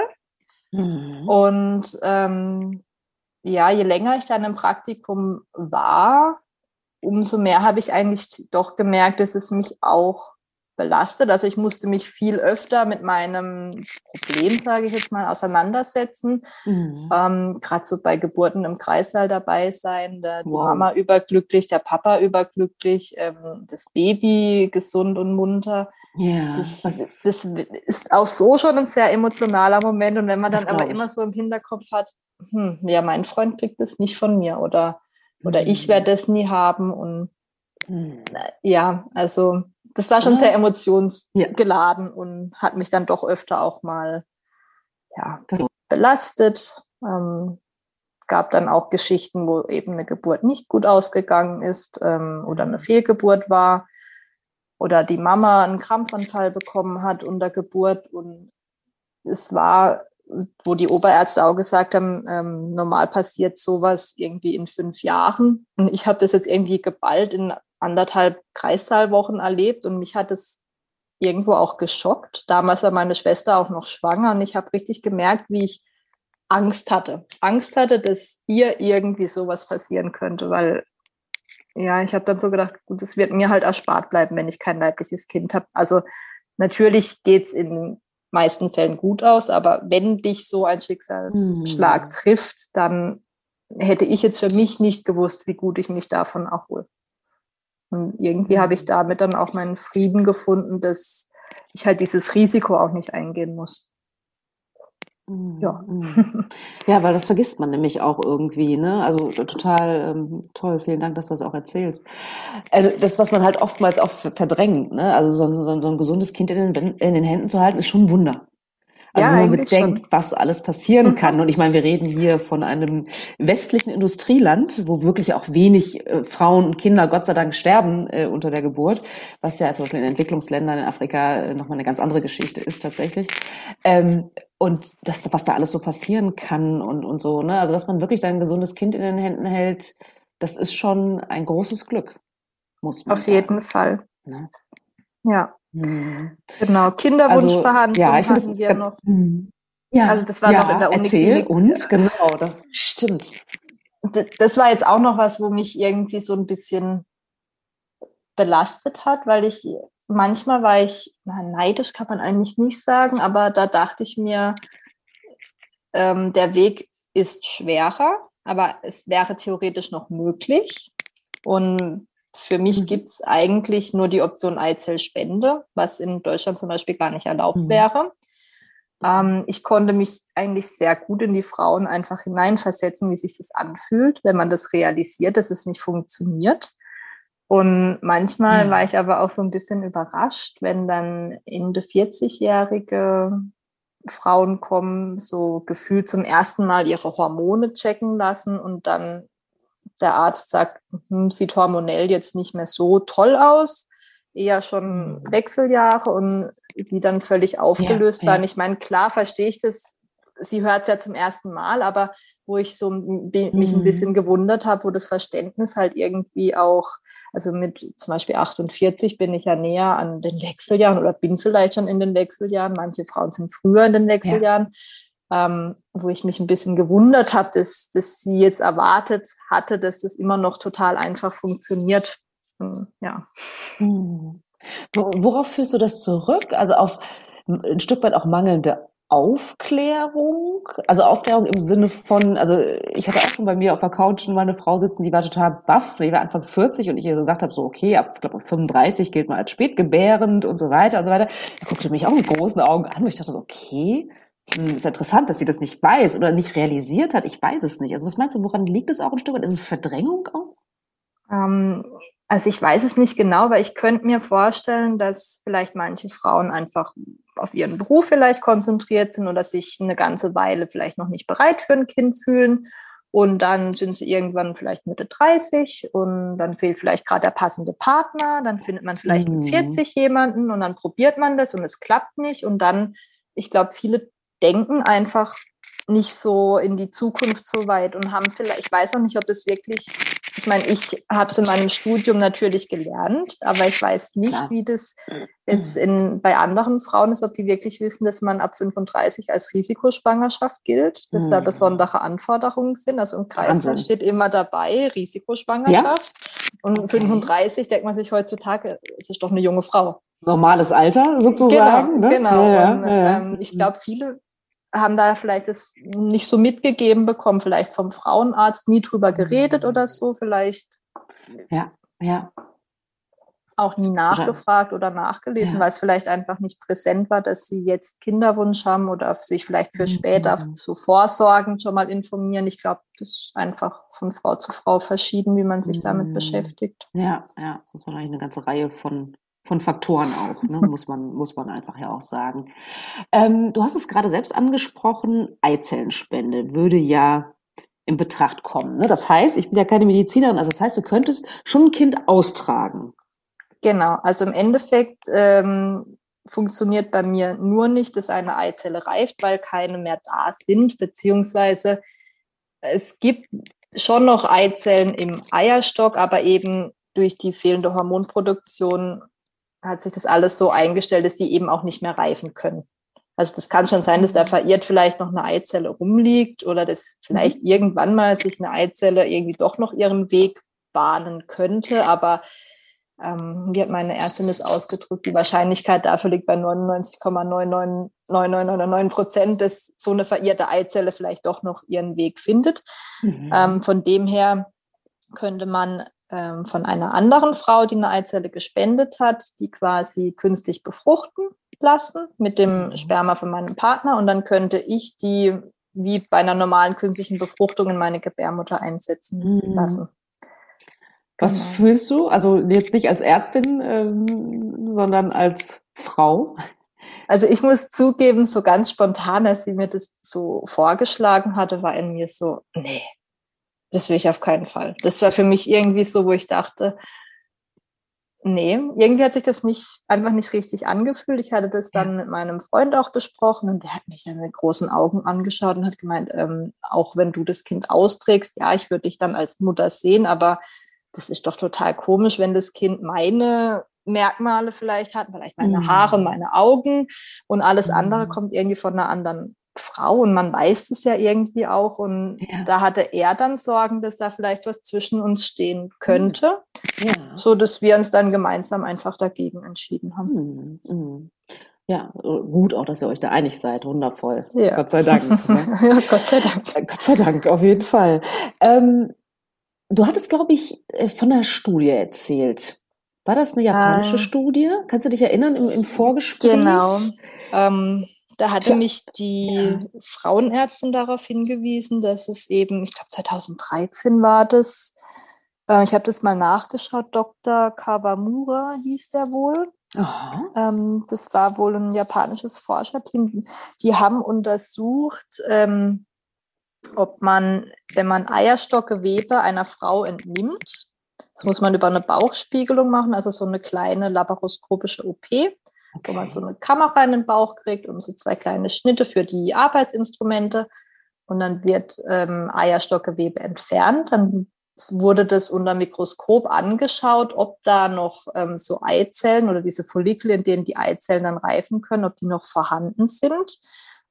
Mhm. Und ähm, ja, je länger ich dann im Praktikum war, umso mehr habe ich eigentlich doch gemerkt, dass es mich auch belastet. Also ich musste mich viel öfter mit meinem Problem, sage ich jetzt mal, auseinandersetzen. Mhm. Ähm, Gerade so bei Geburten im Kreissaal dabei sein, da die Wow. Mama überglücklich, der Papa überglücklich, ähm, das Baby gesund und munter. Ja, Das, was, das ist auch so schon ein sehr emotionaler Moment. Und wenn man das dann aber glaube immer ich. so im Hinterkopf hat, hm, ja, mein Freund kriegt das nicht von mir oder, oder ich Mhm. werde das nie haben. Und Mhm. ja, also das war schon Ah, sehr ja, emotionsgeladen und hat mich dann doch öfter auch mal ja, das, belastet. Ähm, gab dann auch Geschichten, wo eben eine Geburt nicht gut ausgegangen ist ähm, oder eine mhm. Fehlgeburt war oder die Mama einen Krampfanfall bekommen hat unter Geburt und es war, wo die Oberärzte auch gesagt haben, ähm, normal passiert sowas irgendwie in fünf Jahren. Und ich habe das jetzt irgendwie geballt in anderthalb Kreissaalwochen erlebt und mich hat es irgendwo auch geschockt. Damals war meine Schwester auch noch schwanger und ich habe richtig gemerkt, wie ich Angst hatte. Angst hatte, dass ihr irgendwie sowas passieren könnte, weil ja, ich habe dann so gedacht, gut, es wird mir halt erspart bleiben, wenn ich kein leibliches Kind habe. Also natürlich geht's in meisten Fällen gut aus, aber wenn dich so ein Schicksalsschlag Mhm. trifft, dann hätte ich jetzt für mich nicht gewusst, wie gut ich mich davon erhole. Und irgendwie habe ich Mhm. damit dann auch meinen Frieden gefunden, dass ich halt dieses Risiko auch nicht eingehen muss. Ja. Mhm. Mhm. Ja, weil das vergisst man nämlich auch irgendwie, ne? Also total ähm, toll, vielen Dank, dass du das auch erzählst. Also das, was man halt oftmals auch verdrängt, ne? Also so ein, so ein, so ein gesundes Kind in den, in den Händen zu halten, ist schon ein Wunder. Also Ja, wenn man eigentlich bedenkt, schon. was alles passieren Mhm. kann. Und ich meine, wir reden hier von einem westlichen Industrieland, wo wirklich auch wenig äh, Frauen und Kinder, Gott sei Dank, sterben äh, unter der Geburt, was ja zum Beispiel in Entwicklungsländern in Afrika äh, nochmal eine ganz andere Geschichte ist tatsächlich. Ähm, und das, was da alles so passieren kann und, und so, ne? Also dass man wirklich ein gesundes Kind in den Händen hält, das ist schon ein großes Glück, muss man Auf jeden sagen. Fall. Ne? Ja, Hm. genau. Also ja, Kinderwunschbehandlung ich finde hatten es wir ganz, noch. hm. Also Ja, das war noch in ja, der erzähl Uniklinik. und genau, das stimmt. Das war jetzt auch noch was, wo mich irgendwie so ein bisschen belastet hat, weil ich manchmal war ich, na, neidisch kann man eigentlich nicht sagen, aber da dachte ich mir, ähm, der Weg ist schwerer, aber es wäre theoretisch noch möglich. Und für mich Mhm. gibt es eigentlich nur die Option Eizellspende, was in Deutschland zum Beispiel gar nicht erlaubt Mhm. wäre. Ähm, ich konnte mich eigentlich sehr gut in die Frauen einfach hineinversetzen, wie sich das anfühlt, wenn man das realisiert, dass es nicht funktioniert. Und manchmal war Ja. ich aber auch so ein bisschen überrascht, wenn dann Ende vierzig-jährige Frauen kommen, so gefühlt zum ersten Mal ihre Hormone checken lassen und dann der Arzt sagt, hm, sieht hormonell jetzt nicht mehr so toll aus, eher schon Mhm. Wechseljahre und die dann völlig Ja, aufgelöst waren. ja. Ich meine, klar verstehe ich das, sie hört es ja zum ersten Mal, aber wo ich so mich ein bisschen Mhm. gewundert habe, wo das Verständnis halt irgendwie auch, also mit zum Beispiel achtundvierzig bin ich ja näher an den Wechseljahren oder bin vielleicht schon in den Wechseljahren. Manche Frauen sind früher in den Ja. Wechseljahren. ähm, wo ich mich ein bisschen gewundert habe, dass, dass sie jetzt erwartet hatte, dass das immer noch total einfach funktioniert. Und, ja. Hm. Worauf führst du das zurück? Also auf ein Stück weit auch mangelnde Aufklärung? Also Aufklärung im Sinne von, also ich hatte auch schon bei mir auf der Couch mal eine Frau sitzen, die war total baff, die war Anfang vierzig und ich ihr gesagt habe, so okay, ab, ich glaube, ab fünfunddreißig gilt man als spätgebärend und so weiter und so weiter. Die guckte mich auch mit großen Augen an und ich dachte so, okay, hm, ist interessant, dass sie das nicht weiß oder nicht realisiert hat. Ich weiß es nicht. Also was meinst du, woran liegt es auch ein Stück weit? Ist es Verdrängung auch? Ähm, also ich weiß es nicht genau, weil ich könnte mir vorstellen, dass vielleicht manche Frauen einfach auf ihren Beruf vielleicht konzentriert sind oder sich eine ganze Weile vielleicht noch nicht bereit für ein Kind fühlen. Und dann sind sie irgendwann vielleicht Mitte dreißig und dann fehlt vielleicht gerade der passende Partner. Dann findet man vielleicht mit Mhm. vierzig jemanden und dann probiert man das und es klappt nicht. Und dann, ich glaube, viele denken einfach nicht so in die Zukunft so weit und haben vielleicht, ich weiß auch nicht, ob das wirklich, ich meine, ich habe es in meinem Studium natürlich gelernt, aber ich weiß nicht, Klar. wie das jetzt in, bei anderen Frauen ist, ob die wirklich wissen, dass man ab fünfunddreißig als Risikoschwangerschaft gilt, dass da Mhm. besondere Anforderungen sind. Also im Kreis Wahnsinn. steht immer dabei, Risikoschwangerschaft. Und Okay. fünfunddreißig denkt man sich heutzutage, es ist doch eine junge Frau. Normales Alter sozusagen. Genau, ne? genau. Ja, ja, Und ja, ja. ähm, ich glaube, viele haben da vielleicht das nicht so mitgegeben bekommen, vielleicht vom Frauenarzt nie drüber geredet oder so, vielleicht Ja, ja. auch nie nachgefragt oder nachgelesen, Ja. weil es vielleicht einfach nicht präsent war, dass sie jetzt Kinderwunsch haben oder sich vielleicht für später Mhm. so vorsorgend schon mal informieren. Ich glaube, das ist einfach von Frau zu Frau verschieden, wie man sich damit Mhm. beschäftigt. Ja, ja, das ist wahrscheinlich eine ganze Reihe von, von Faktoren auch, ne? muss man, muss man einfach ja auch sagen. Ähm, du hast es gerade selbst angesprochen, Eizellenspende würde ja in Betracht kommen. Ne? Das heißt, ich bin ja keine Medizinerin, also das heißt, du könntest schon ein Kind austragen. Genau, also im Endeffekt ähm, funktioniert bei mir nur nicht, dass eine Eizelle reift, weil keine mehr da sind, beziehungsweise es gibt schon noch Eizellen im Eierstock, aber eben durch die fehlende Hormonproduktion hat sich das alles so eingestellt, dass die eben auch nicht mehr reifen können. Also das kann schon sein, dass da verirrt vielleicht noch eine Eizelle rumliegt oder dass vielleicht Mhm. irgendwann mal sich eine Eizelle irgendwie doch noch ihren Weg bahnen könnte, aber ähm, wie hat meine Ärztin das ausgedrückt, die Wahrscheinlichkeit dafür liegt bei neunundneunzig Komma neun neun neun neun neun neun Prozent, dass so eine verirrte Eizelle vielleicht doch noch ihren Weg findet. Mhm. Ähm, von dem her könnte man ähm, von einer anderen Frau, die eine Eizelle gespendet hat, die quasi künstlich befruchten lassen mit dem Mhm. Sperma von meinem Partner und dann könnte ich die wie bei einer normalen künstlichen Befruchtung in meine Gebärmutter einsetzen Mhm. lassen. Was Genau. fühlst du? Also jetzt nicht als Ärztin, ähm, sondern als Frau? Also ich muss zugeben, so ganz spontan, als sie mir das so vorgeschlagen hatte, war in mir so, nee, das will ich auf keinen Fall. Das war für mich irgendwie so, wo ich dachte, nee, irgendwie hat sich das nicht, einfach nicht richtig angefühlt. Ich hatte das dann Ja. mit meinem Freund auch besprochen und der hat mich dann mit großen Augen angeschaut und hat gemeint, ähm, auch wenn du das Kind austrägst, ja, ich würde dich dann als Mutter sehen, aber das ist doch total komisch, wenn das Kind meine Merkmale vielleicht hat, vielleicht meine Haare, Mhm. meine Augen und alles andere Mhm. kommt irgendwie von einer anderen Frau und man weiß es ja irgendwie auch und Ja. da hatte er dann Sorgen, dass da vielleicht was zwischen uns stehen könnte, Ja. so dass wir uns dann gemeinsam einfach dagegen entschieden haben. Mhm. Mhm. Ja, gut auch, dass ihr euch da einig seid. Wundervoll. Ja. Gott sei Dank. Ne? Ja, Gott sei Dank. Äh, Gott sei Dank, auf jeden Fall. Ähm, du hattest, glaube ich, äh, von einer Studie erzählt. War das eine japanische Ähm, Studie? Kannst du dich erinnern im, im Vorgespräch? Genau. Ähm, da hatte Für, mich die ja. Frauenärztin darauf hingewiesen, dass es eben, ich glaube zweitausenddreizehn war das, äh, ich habe das mal nachgeschaut, Doktor Kawamura hieß der wohl. Aha. Ähm, das war wohl ein japanisches Forscherteam. Die haben untersucht, ähm, ob man, wenn man Eierstockgewebe einer Frau entnimmt, das muss man über eine Bauchspiegelung machen, also so eine kleine laparoskopische O P, wo man so Okay. eine Kamera in den Bauch kriegt und so zwei kleine Schnitte für die Arbeitsinstrumente. Und dann wird ähm, Eierstockgewebe entfernt. Dann wurde das unter Mikroskop angeschaut, ob da noch ähm, so Eizellen oder diese Follikel, in denen die Eizellen dann reifen können, ob die noch vorhanden sind.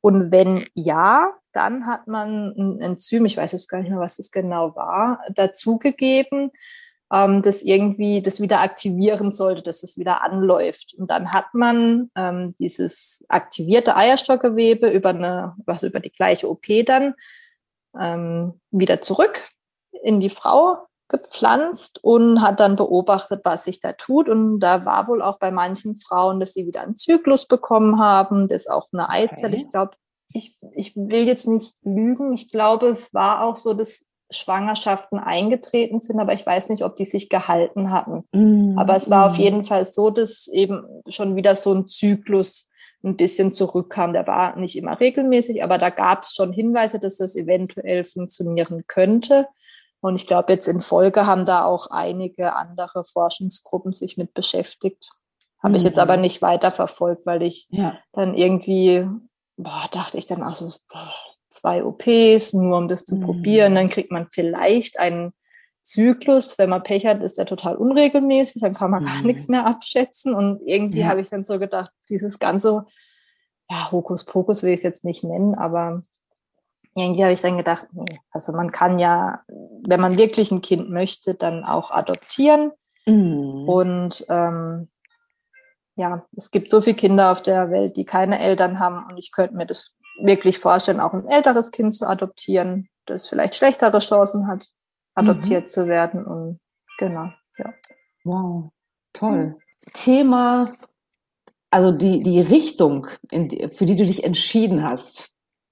Und wenn ja, dann hat man ein Enzym, ich weiß jetzt gar nicht mehr, was es genau war, dazugegeben, ähm, das irgendwie das wieder aktivieren sollte, dass es wieder anläuft. Und dann hat man ähm, dieses aktivierte Eierstockgewebe über eine, was über die gleiche O P dann ähm, wieder zurück in die Frau gepflanzt und hat dann beobachtet, was sich da tut. Und da war wohl auch bei manchen Frauen, dass sie wieder einen Zyklus bekommen haben, das auch eine Eizelle. Okay. Ich glaube, ich, ich will jetzt nicht lügen. Ich glaube, es war auch so, dass Schwangerschaften eingetreten sind, aber ich weiß nicht, ob die sich gehalten hatten. Mm, Aber es war mm. auf jeden Fall so, dass eben schon wieder so ein Zyklus ein bisschen zurückkam. Der war nicht immer regelmäßig, aber da gab es schon Hinweise, dass das eventuell funktionieren könnte. Und ich glaube, jetzt in Folge haben da auch einige andere Forschungsgruppen sich mit beschäftigt. Habe ich jetzt aber nicht weiter verfolgt, weil ich Ja. dann irgendwie, boah, dachte ich dann auch so, boah, zwei O Ps, nur um das zu Mhm. probieren. Dann kriegt man vielleicht einen Zyklus. Wenn man Pech hat, ist der total unregelmäßig. Dann kann man Mhm. gar nichts mehr abschätzen. Und irgendwie Ja. habe ich dann so gedacht, dieses ganze, ja, Hokuspokus will ich es jetzt nicht nennen, aber irgendwie habe ich dann gedacht, nee, also man kann ja, wenn man wirklich ein Kind möchte, dann auch adoptieren. Mhm. Und ähm, ja, es gibt so viele Kinder auf der Welt, die keine Eltern haben. Und ich könnte mir das wirklich vorstellen, auch ein älteres Kind zu adoptieren, das vielleicht schlechtere Chancen hat, adoptiert Mhm. zu werden. Und genau, ja. Wow, toll. Thema, also die, die Richtung, in die, für die du dich entschieden hast,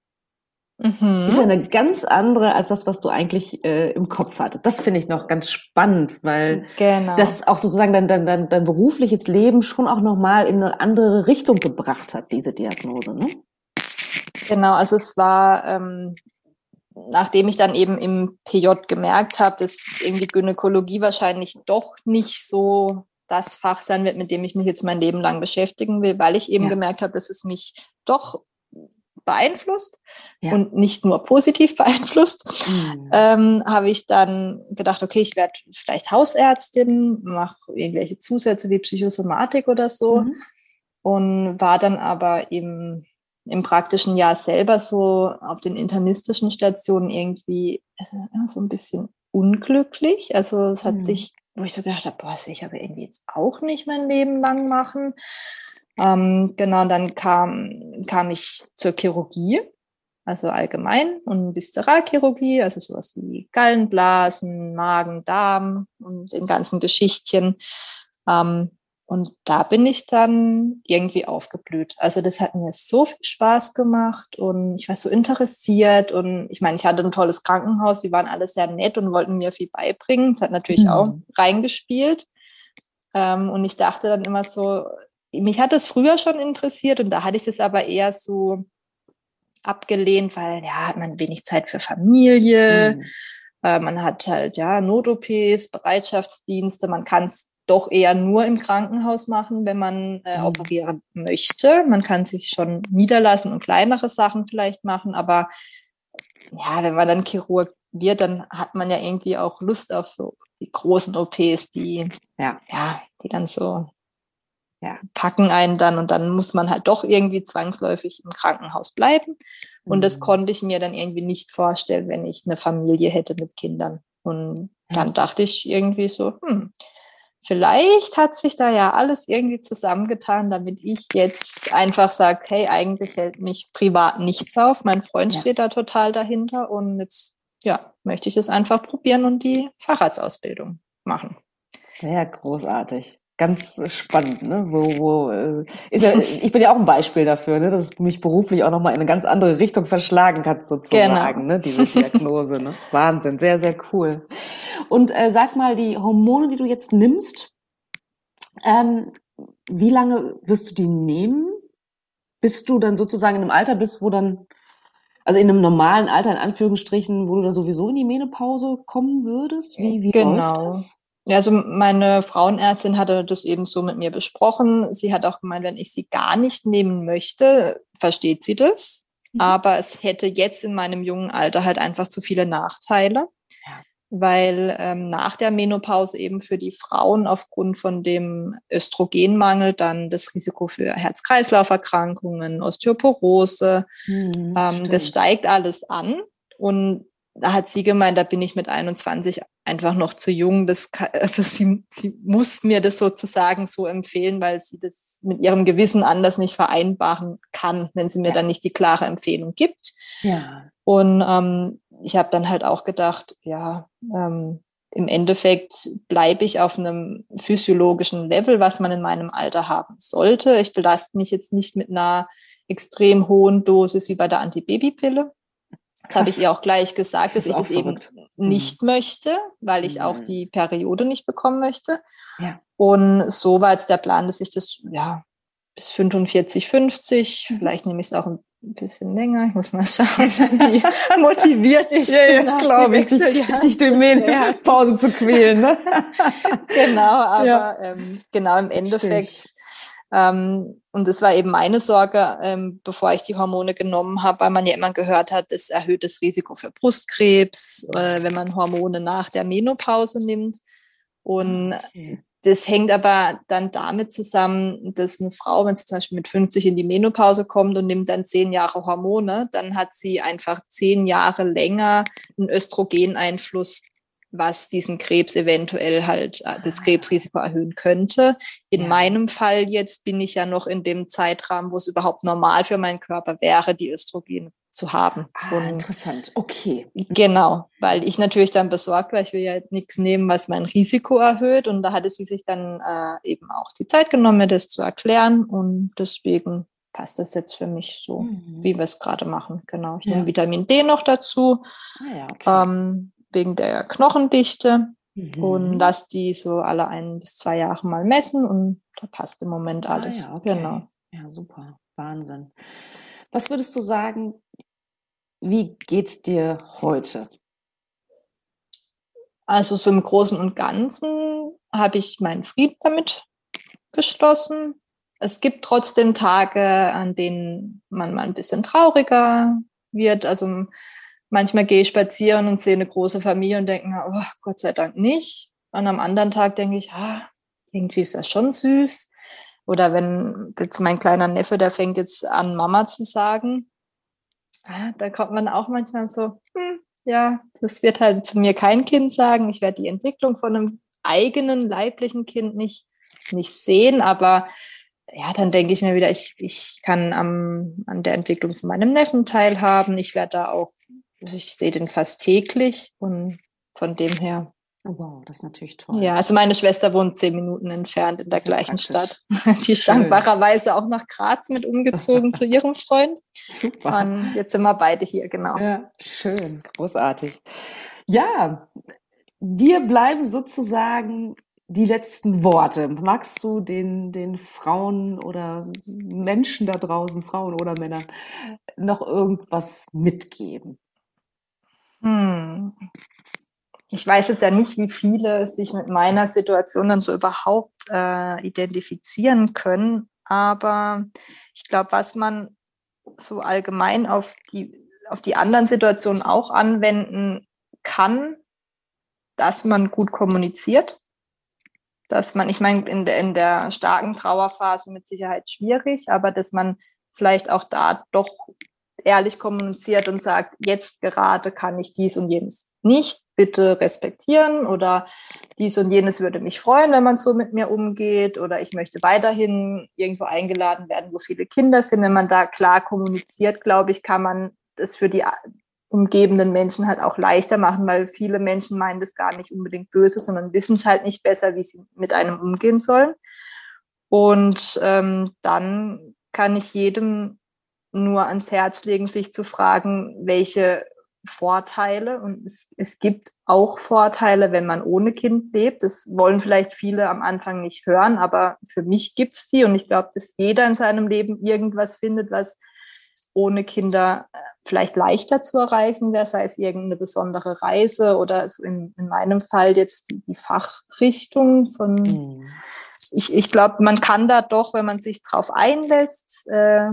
Mhm. ist ja eine ganz andere als das, was du eigentlich äh, im Kopf hattest. Das finde ich noch ganz spannend, weil Genau. das auch sozusagen dein, dein, dein, dein berufliches Leben schon auch nochmal in eine andere Richtung gebracht hat, diese Diagnose, ne? Genau, also es war, ähm, nachdem ich dann eben im P J gemerkt habe, dass irgendwie Gynäkologie wahrscheinlich doch nicht so das Fach sein wird, mit dem ich mich jetzt mein Leben lang beschäftigen will, weil ich eben Ja. gemerkt habe, dass es mich doch beeinflusst Ja. und nicht nur positiv beeinflusst, Mhm. ähm, habe ich dann gedacht, okay, ich werde vielleicht Hausärztin, mache irgendwelche Zusätze wie Psychosomatik oder so. Mhm. Und war dann aber im, im praktischen Jahr selber so auf den internistischen Stationen irgendwie also, ja, so ein bisschen unglücklich. Also es hat Mhm. sich, wo ich so gedacht habe, boah, das will ich aber irgendwie jetzt auch nicht mein Leben lang machen. Ähm, genau, dann kam, kam ich zur Chirurgie, also allgemein, und Viszeralchirurgie, also sowas wie Gallenblasen, Magen, Darm und den ganzen Geschichtchen. Ähm, und da bin ich dann irgendwie aufgeblüht. Also das hat mir so viel Spaß gemacht und ich war so interessiert und ich meine, ich hatte ein tolles Krankenhaus, die waren alle sehr nett und wollten mir viel beibringen. Das hat natürlich Mhm. auch reingespielt. Ähm, und ich dachte dann immer so, mich hat das früher schon interessiert und da hatte ich das aber eher so abgelehnt, weil ja, hat man wenig Zeit für Familie, Mhm. äh, man hat halt ja Not-O Ps, Bereitschaftsdienste, man kann es doch eher nur im Krankenhaus machen, wenn man äh, Mhm. operieren möchte. Man kann sich schon niederlassen und kleinere Sachen vielleicht machen, aber ja, wenn man dann Chirurg wird, dann hat man ja irgendwie auch Lust auf so die großen O Ps, die Ja. ja, die dann so Ja. packen einen dann und dann muss man halt doch irgendwie zwangsläufig im Krankenhaus bleiben. Und das Mhm. konnte ich mir dann irgendwie nicht vorstellen, wenn ich eine Familie hätte mit Kindern. Und Ja. dann dachte ich irgendwie so, hm, vielleicht hat sich da ja alles irgendwie zusammengetan, damit ich jetzt einfach sage, hey, eigentlich hält mich privat nichts auf. Mein Freund Ja. steht da total dahinter und jetzt, ja, möchte ich das einfach probieren und die Facharztausbildung machen. Sehr großartig. Ganz spannend, ne? Wo, wo, äh, ist ja, ich bin ja auch ein Beispiel dafür, ne? Dass es mich beruflich auch nochmal in eine ganz andere Richtung verschlagen hat, sozusagen, Genau. ne? Diese Diagnose, ne? Wahnsinn, sehr, sehr cool. Und äh, sag mal, die Hormone, die du jetzt nimmst, ähm, wie lange wirst du die nehmen, bis du dann sozusagen in einem Alter bist, wo dann, also in einem normalen Alter, in Anführungsstrichen, wo du dann sowieso in die Menopause kommen würdest? Wie, wie läuft Genau. das? Ja, also meine Frauenärztin hatte das eben so mit mir besprochen. Sie hat auch gemeint, wenn ich sie gar nicht nehmen möchte, versteht sie das. Mhm. Aber es hätte jetzt in meinem jungen Alter halt einfach zu viele Nachteile. Ja. weil ähm, nach der Menopause eben für die Frauen aufgrund von dem Östrogenmangel dann das Risiko für Herz-Kreislauf-Erkrankungen, Osteoporose, Mhm, ähm, das stimmt. steigt alles an. Und da hat sie gemeint, da bin ich mit einundzwanzig einfach noch zu jung. Das kann, also sie, sie muss mir das sozusagen so empfehlen, weil sie das mit ihrem Gewissen anders nicht vereinbaren kann, wenn sie mir Ja. dann nicht die klare Empfehlung gibt. Ja. Und ähm, ich habe dann halt auch gedacht, ja, ähm, im Endeffekt bleibe ich auf einem physiologischen Level, was man in meinem Alter haben sollte. Ich belaste mich jetzt nicht mit einer extrem hohen Dosis wie bei der Antibabypille. Das habe ich ihr auch gleich gesagt, Das dass ist ich auch das eben verrückt. nicht möchte, weil ich auch Mhm. die Periode nicht bekommen möchte. Ja. Und so war jetzt der Plan, dass ich das ja bis fünfundvierzig, fünfzig, Mhm. vielleicht nehme ich es auch ein bisschen länger. Ich muss mal schauen, wie motiviert ich Ja, bin, ja, nach glaube die ich, dich, Wechseljahre dich durch beschweren. Pause zu quälen. Ne? Genau, aber Ja. ähm, genau im Verstehe ich. Endeffekt, ähm, und das war eben meine Sorge, ähm, bevor ich die Hormone genommen habe, weil man ja immer gehört hat, es erhöht das Risiko für Brustkrebs, äh, wenn man Hormone nach der Menopause nimmt. Und Okay. das hängt aber dann damit zusammen, dass eine Frau, wenn sie zum Beispiel mit fünfzig in die Menopause kommt und nimmt dann zehn Jahre Hormone, dann hat sie einfach zehn Jahre länger einen Östrogeneinfluss, was diesen Krebs eventuell halt, das Krebsrisiko erhöhen könnte. In Ja. meinem Fall jetzt bin ich ja noch in dem Zeitrahmen, wo es überhaupt normal für meinen Körper wäre, die Östrogene zu haben. Ah, Und interessant. Okay. genau, weil ich natürlich dann besorgt war, ich will ja nichts nehmen, was mein Risiko erhöht. Und da hatte sie sich dann äh, eben auch die Zeit genommen, mir das zu erklären. Und deswegen passt das jetzt für mich so, Mhm. wie wir es gerade machen. Genau, ich Ja. nehme Vitamin D noch dazu, Ah ja, okay. ähm, wegen der Knochendichte. Mhm. Und lass die so alle ein bis zwei Jahre mal messen. Und da passt im Moment Ah alles. ja, okay. Genau. Ja, super. Wahnsinn. Was würdest du sagen, wie geht's dir heute? Also so im Großen und Ganzen habe ich meinen Frieden damit geschlossen. Es gibt trotzdem Tage, an denen man mal ein bisschen trauriger wird. Also manchmal gehe ich spazieren und sehe eine große Familie und denke mir, oh, Gott sei Dank nicht. Und am anderen Tag denke ich, ah, irgendwie ist das schon süß. Oder wenn jetzt mein kleiner Neffe, der fängt jetzt an, Mama zu sagen, ah, da kommt man auch manchmal so, hm, ja, das wird halt zu mir kein Kind sagen. Ich werde die Entwicklung von einem eigenen leiblichen Kind nicht, nicht sehen, aber ja, dann denke ich mir wieder, ich, ich kann am, an der Entwicklung von meinem Neffen teilhaben. Ich werde da auch, ich sehe den fast täglich und von dem her. Oh, wow, das ist natürlich toll. Ja, also meine Schwester wohnt zehn Minuten entfernt in der Das ist ja gleichen praktisch. Stadt. Die ist Schön. dankbarerweise auch nach Graz mit umgezogen zu ihrem Freund. Super. Und jetzt sind wir beide hier, genau. Ja, schön, großartig. Ja, dir bleiben sozusagen die letzten Worte. Magst du den, den Frauen oder Menschen da draußen, Frauen oder Männern, noch irgendwas mitgeben? Hm. Ich weiß jetzt ja nicht, wie viele sich mit meiner Situation dann so überhaupt äh, identifizieren können, aber ich glaube, was man so allgemein auf die, auf die anderen Situationen auch anwenden kann, dass man gut kommuniziert, dass man, ich meine, in der, in der starken Trauerphase mit Sicherheit schwierig, aber dass man vielleicht auch da doch ehrlich kommuniziert und sagt, jetzt gerade kann ich dies und jenes nicht, bitte respektieren, oder dies und jenes würde mich freuen, wenn man so mit mir umgeht, oder ich möchte weiterhin irgendwo eingeladen werden, wo viele Kinder sind. Wenn man da klar kommuniziert, glaube ich, kann man das für die umgebenden Menschen halt auch leichter machen, weil viele Menschen meinen das gar nicht unbedingt böse, sondern wissen es halt nicht besser, wie sie mit einem umgehen sollen. Und ähm, dann kann ich jedem nur ans Herz legen, sich zu fragen, welche Vorteile, und es, es gibt auch Vorteile, wenn man ohne Kind lebt. Das wollen vielleicht viele am Anfang nicht hören, aber für mich gibt es die, und ich glaube, dass jeder in seinem Leben irgendwas findet, was ohne Kinder vielleicht leichter zu erreichen wäre, sei es irgendeine besondere Reise oder so in, in meinem Fall jetzt die, die Fachrichtung von, mhm. ich, ich glaube, man kann da doch, wenn man sich drauf einlässt, äh,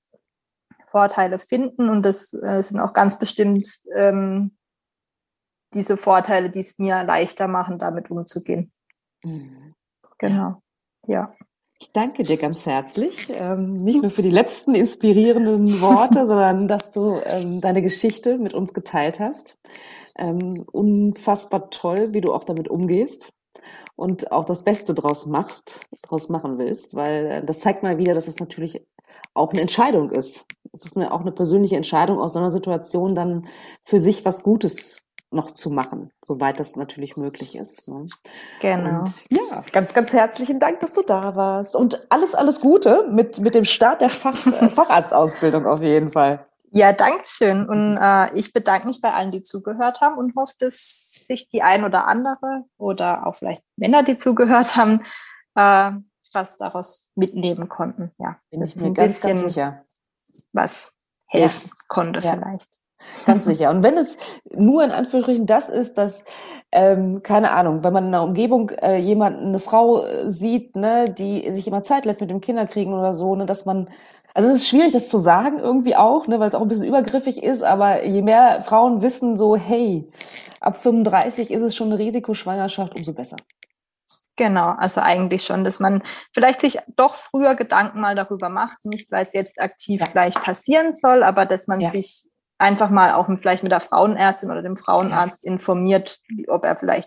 Vorteile finden, und das äh, sind auch ganz bestimmt ähm, diese Vorteile, die es mir leichter machen, damit umzugehen. Mhm. Genau, ja. Ich danke dir ganz herzlich, ähm, nicht nur für die letzten inspirierenden Worte, sondern dass du ähm, deine Geschichte mit uns geteilt hast. Ähm, unfassbar toll, wie du auch damit umgehst und auch das Beste draus machst, draus machen willst, weil das zeigt mal wieder, dass es natürlich auch eine Entscheidung ist. Es ist eine, auch eine persönliche Entscheidung, aus so einer Situation dann für sich was Gutes noch zu machen, soweit das natürlich möglich ist. Ne? Genau. Und ja, ganz, ganz herzlichen Dank, dass du da warst. Und alles, alles Gute mit, mit dem Start der Fach, äh, Facharztausbildung auf jeden Fall. Ja, danke schön. Und äh, ich bedanke mich bei allen, die zugehört haben und hoffe, dass sich die ein oder andere oder auch vielleicht Männer, die zugehört haben, äh, was daraus mitnehmen konnten. Ja, Bin das ich ist mir ein ganz, bisschen ganz sicher. was helfen konnte Ja. vielleicht. Ganz sicher. Und wenn es nur in Anführungsstrichen das ist, dass, ähm, keine Ahnung, wenn man in einer Umgebung äh, jemanden, eine Frau äh, sieht, ne, die sich immer Zeit lässt mit dem Kinderkriegen oder so, ne, dass man, also es ist schwierig, das zu sagen irgendwie auch, ne, weil es auch ein bisschen übergriffig ist, aber je mehr Frauen wissen so, hey, ab fünfunddreißig ist es schon eine Risikoschwangerschaft, umso besser. Genau, also eigentlich schon, dass man vielleicht sich doch früher Gedanken mal darüber macht, nicht weil es jetzt aktiv Ja. gleich passieren soll, aber dass man Ja. sich einfach mal auch vielleicht mit der Frauenärztin oder dem Frauenarzt informiert, ob er vielleicht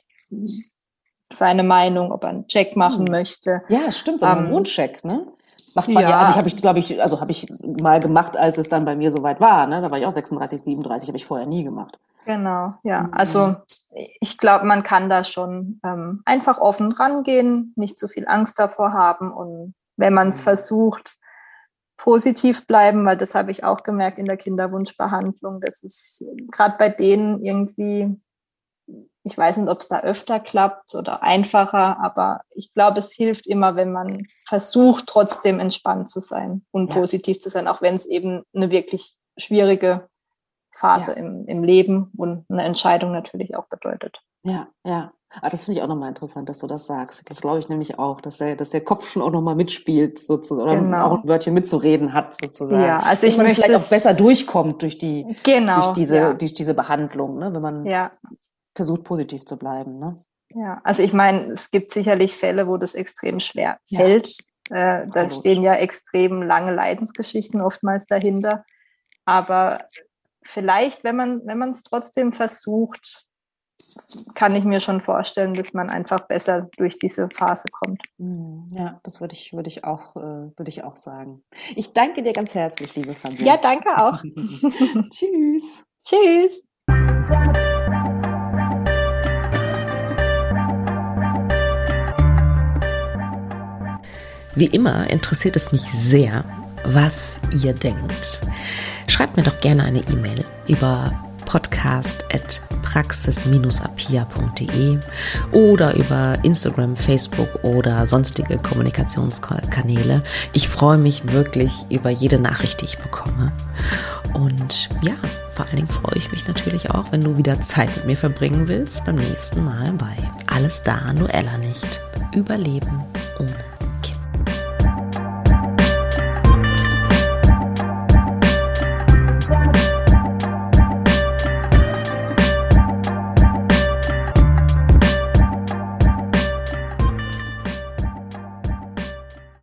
seine Meinung, ob er einen Check machen Hm. möchte. Ja, stimmt, so ein Ähm, Hormoncheck, ne? Macht man ja, ja. also ich habe ich, glaube ich, also habe ich mal gemacht, als es dann bei mir soweit war, ne? Da war ich auch sechsunddreißig, siebenunddreißig, habe ich vorher nie gemacht. Genau, ja. Mhm. Also ich glaube, man kann da schon ähm, einfach offen rangehen, nicht zu viel Angst davor haben und wenn man es Mhm. versucht, positiv bleiben, weil das habe ich auch gemerkt in der Kinderwunschbehandlung, das ist gerade bei denen irgendwie, ich weiß nicht, ob es da öfter klappt oder einfacher, aber ich glaube, es hilft immer, wenn man versucht, trotzdem entspannt zu sein und Ja. positiv zu sein, auch wenn es eben eine wirklich schwierige Phase Ja. im, im Leben und eine Entscheidung natürlich auch bedeutet. Ja, ja. Ah, das finde ich auch nochmal interessant, dass du das sagst. Das glaube ich nämlich auch, dass der, dass der Kopf schon auch nochmal mitspielt, sozusagen, oder Genau. auch ein Wörtchen mitzureden hat, sozusagen. Ja, also ich wenn man möchte vielleicht auch es- besser durchkommt durch die, Genau, durch diese, ja. durch diese Behandlung, ne? Wenn man Ja, versucht, positiv zu bleiben, ne? ja. Also ich meine, es gibt sicherlich Fälle, wo das extrem schwer Ja. fällt. Äh, da Absolut. stehen ja extrem lange Leidensgeschichten oftmals dahinter. Aber vielleicht, wenn man, wenn man es trotzdem versucht, kann ich mir schon vorstellen, dass man einfach besser durch diese Phase kommt. Mhm. Ja, das würde ich, würde ich auch, äh, würde ich auch sagen. Ich danke dir ganz herzlich, liebe Fabienne. Ja, danke auch. Tschüss. Tschüss. Wie immer interessiert es mich sehr, was ihr denkt. Schreibt mir doch gerne eine E-Mail über podcast at praxis apia punkt de oder über Instagram, Facebook oder sonstige Kommunikationskanäle. Ich freue mich wirklich über jede Nachricht, die ich bekomme. Und ja, vor allen Dingen freue ich mich natürlich auch, wenn du wieder Zeit mit mir verbringen willst beim nächsten Mal bei Alles da, nur Ella nicht. Überleben ohne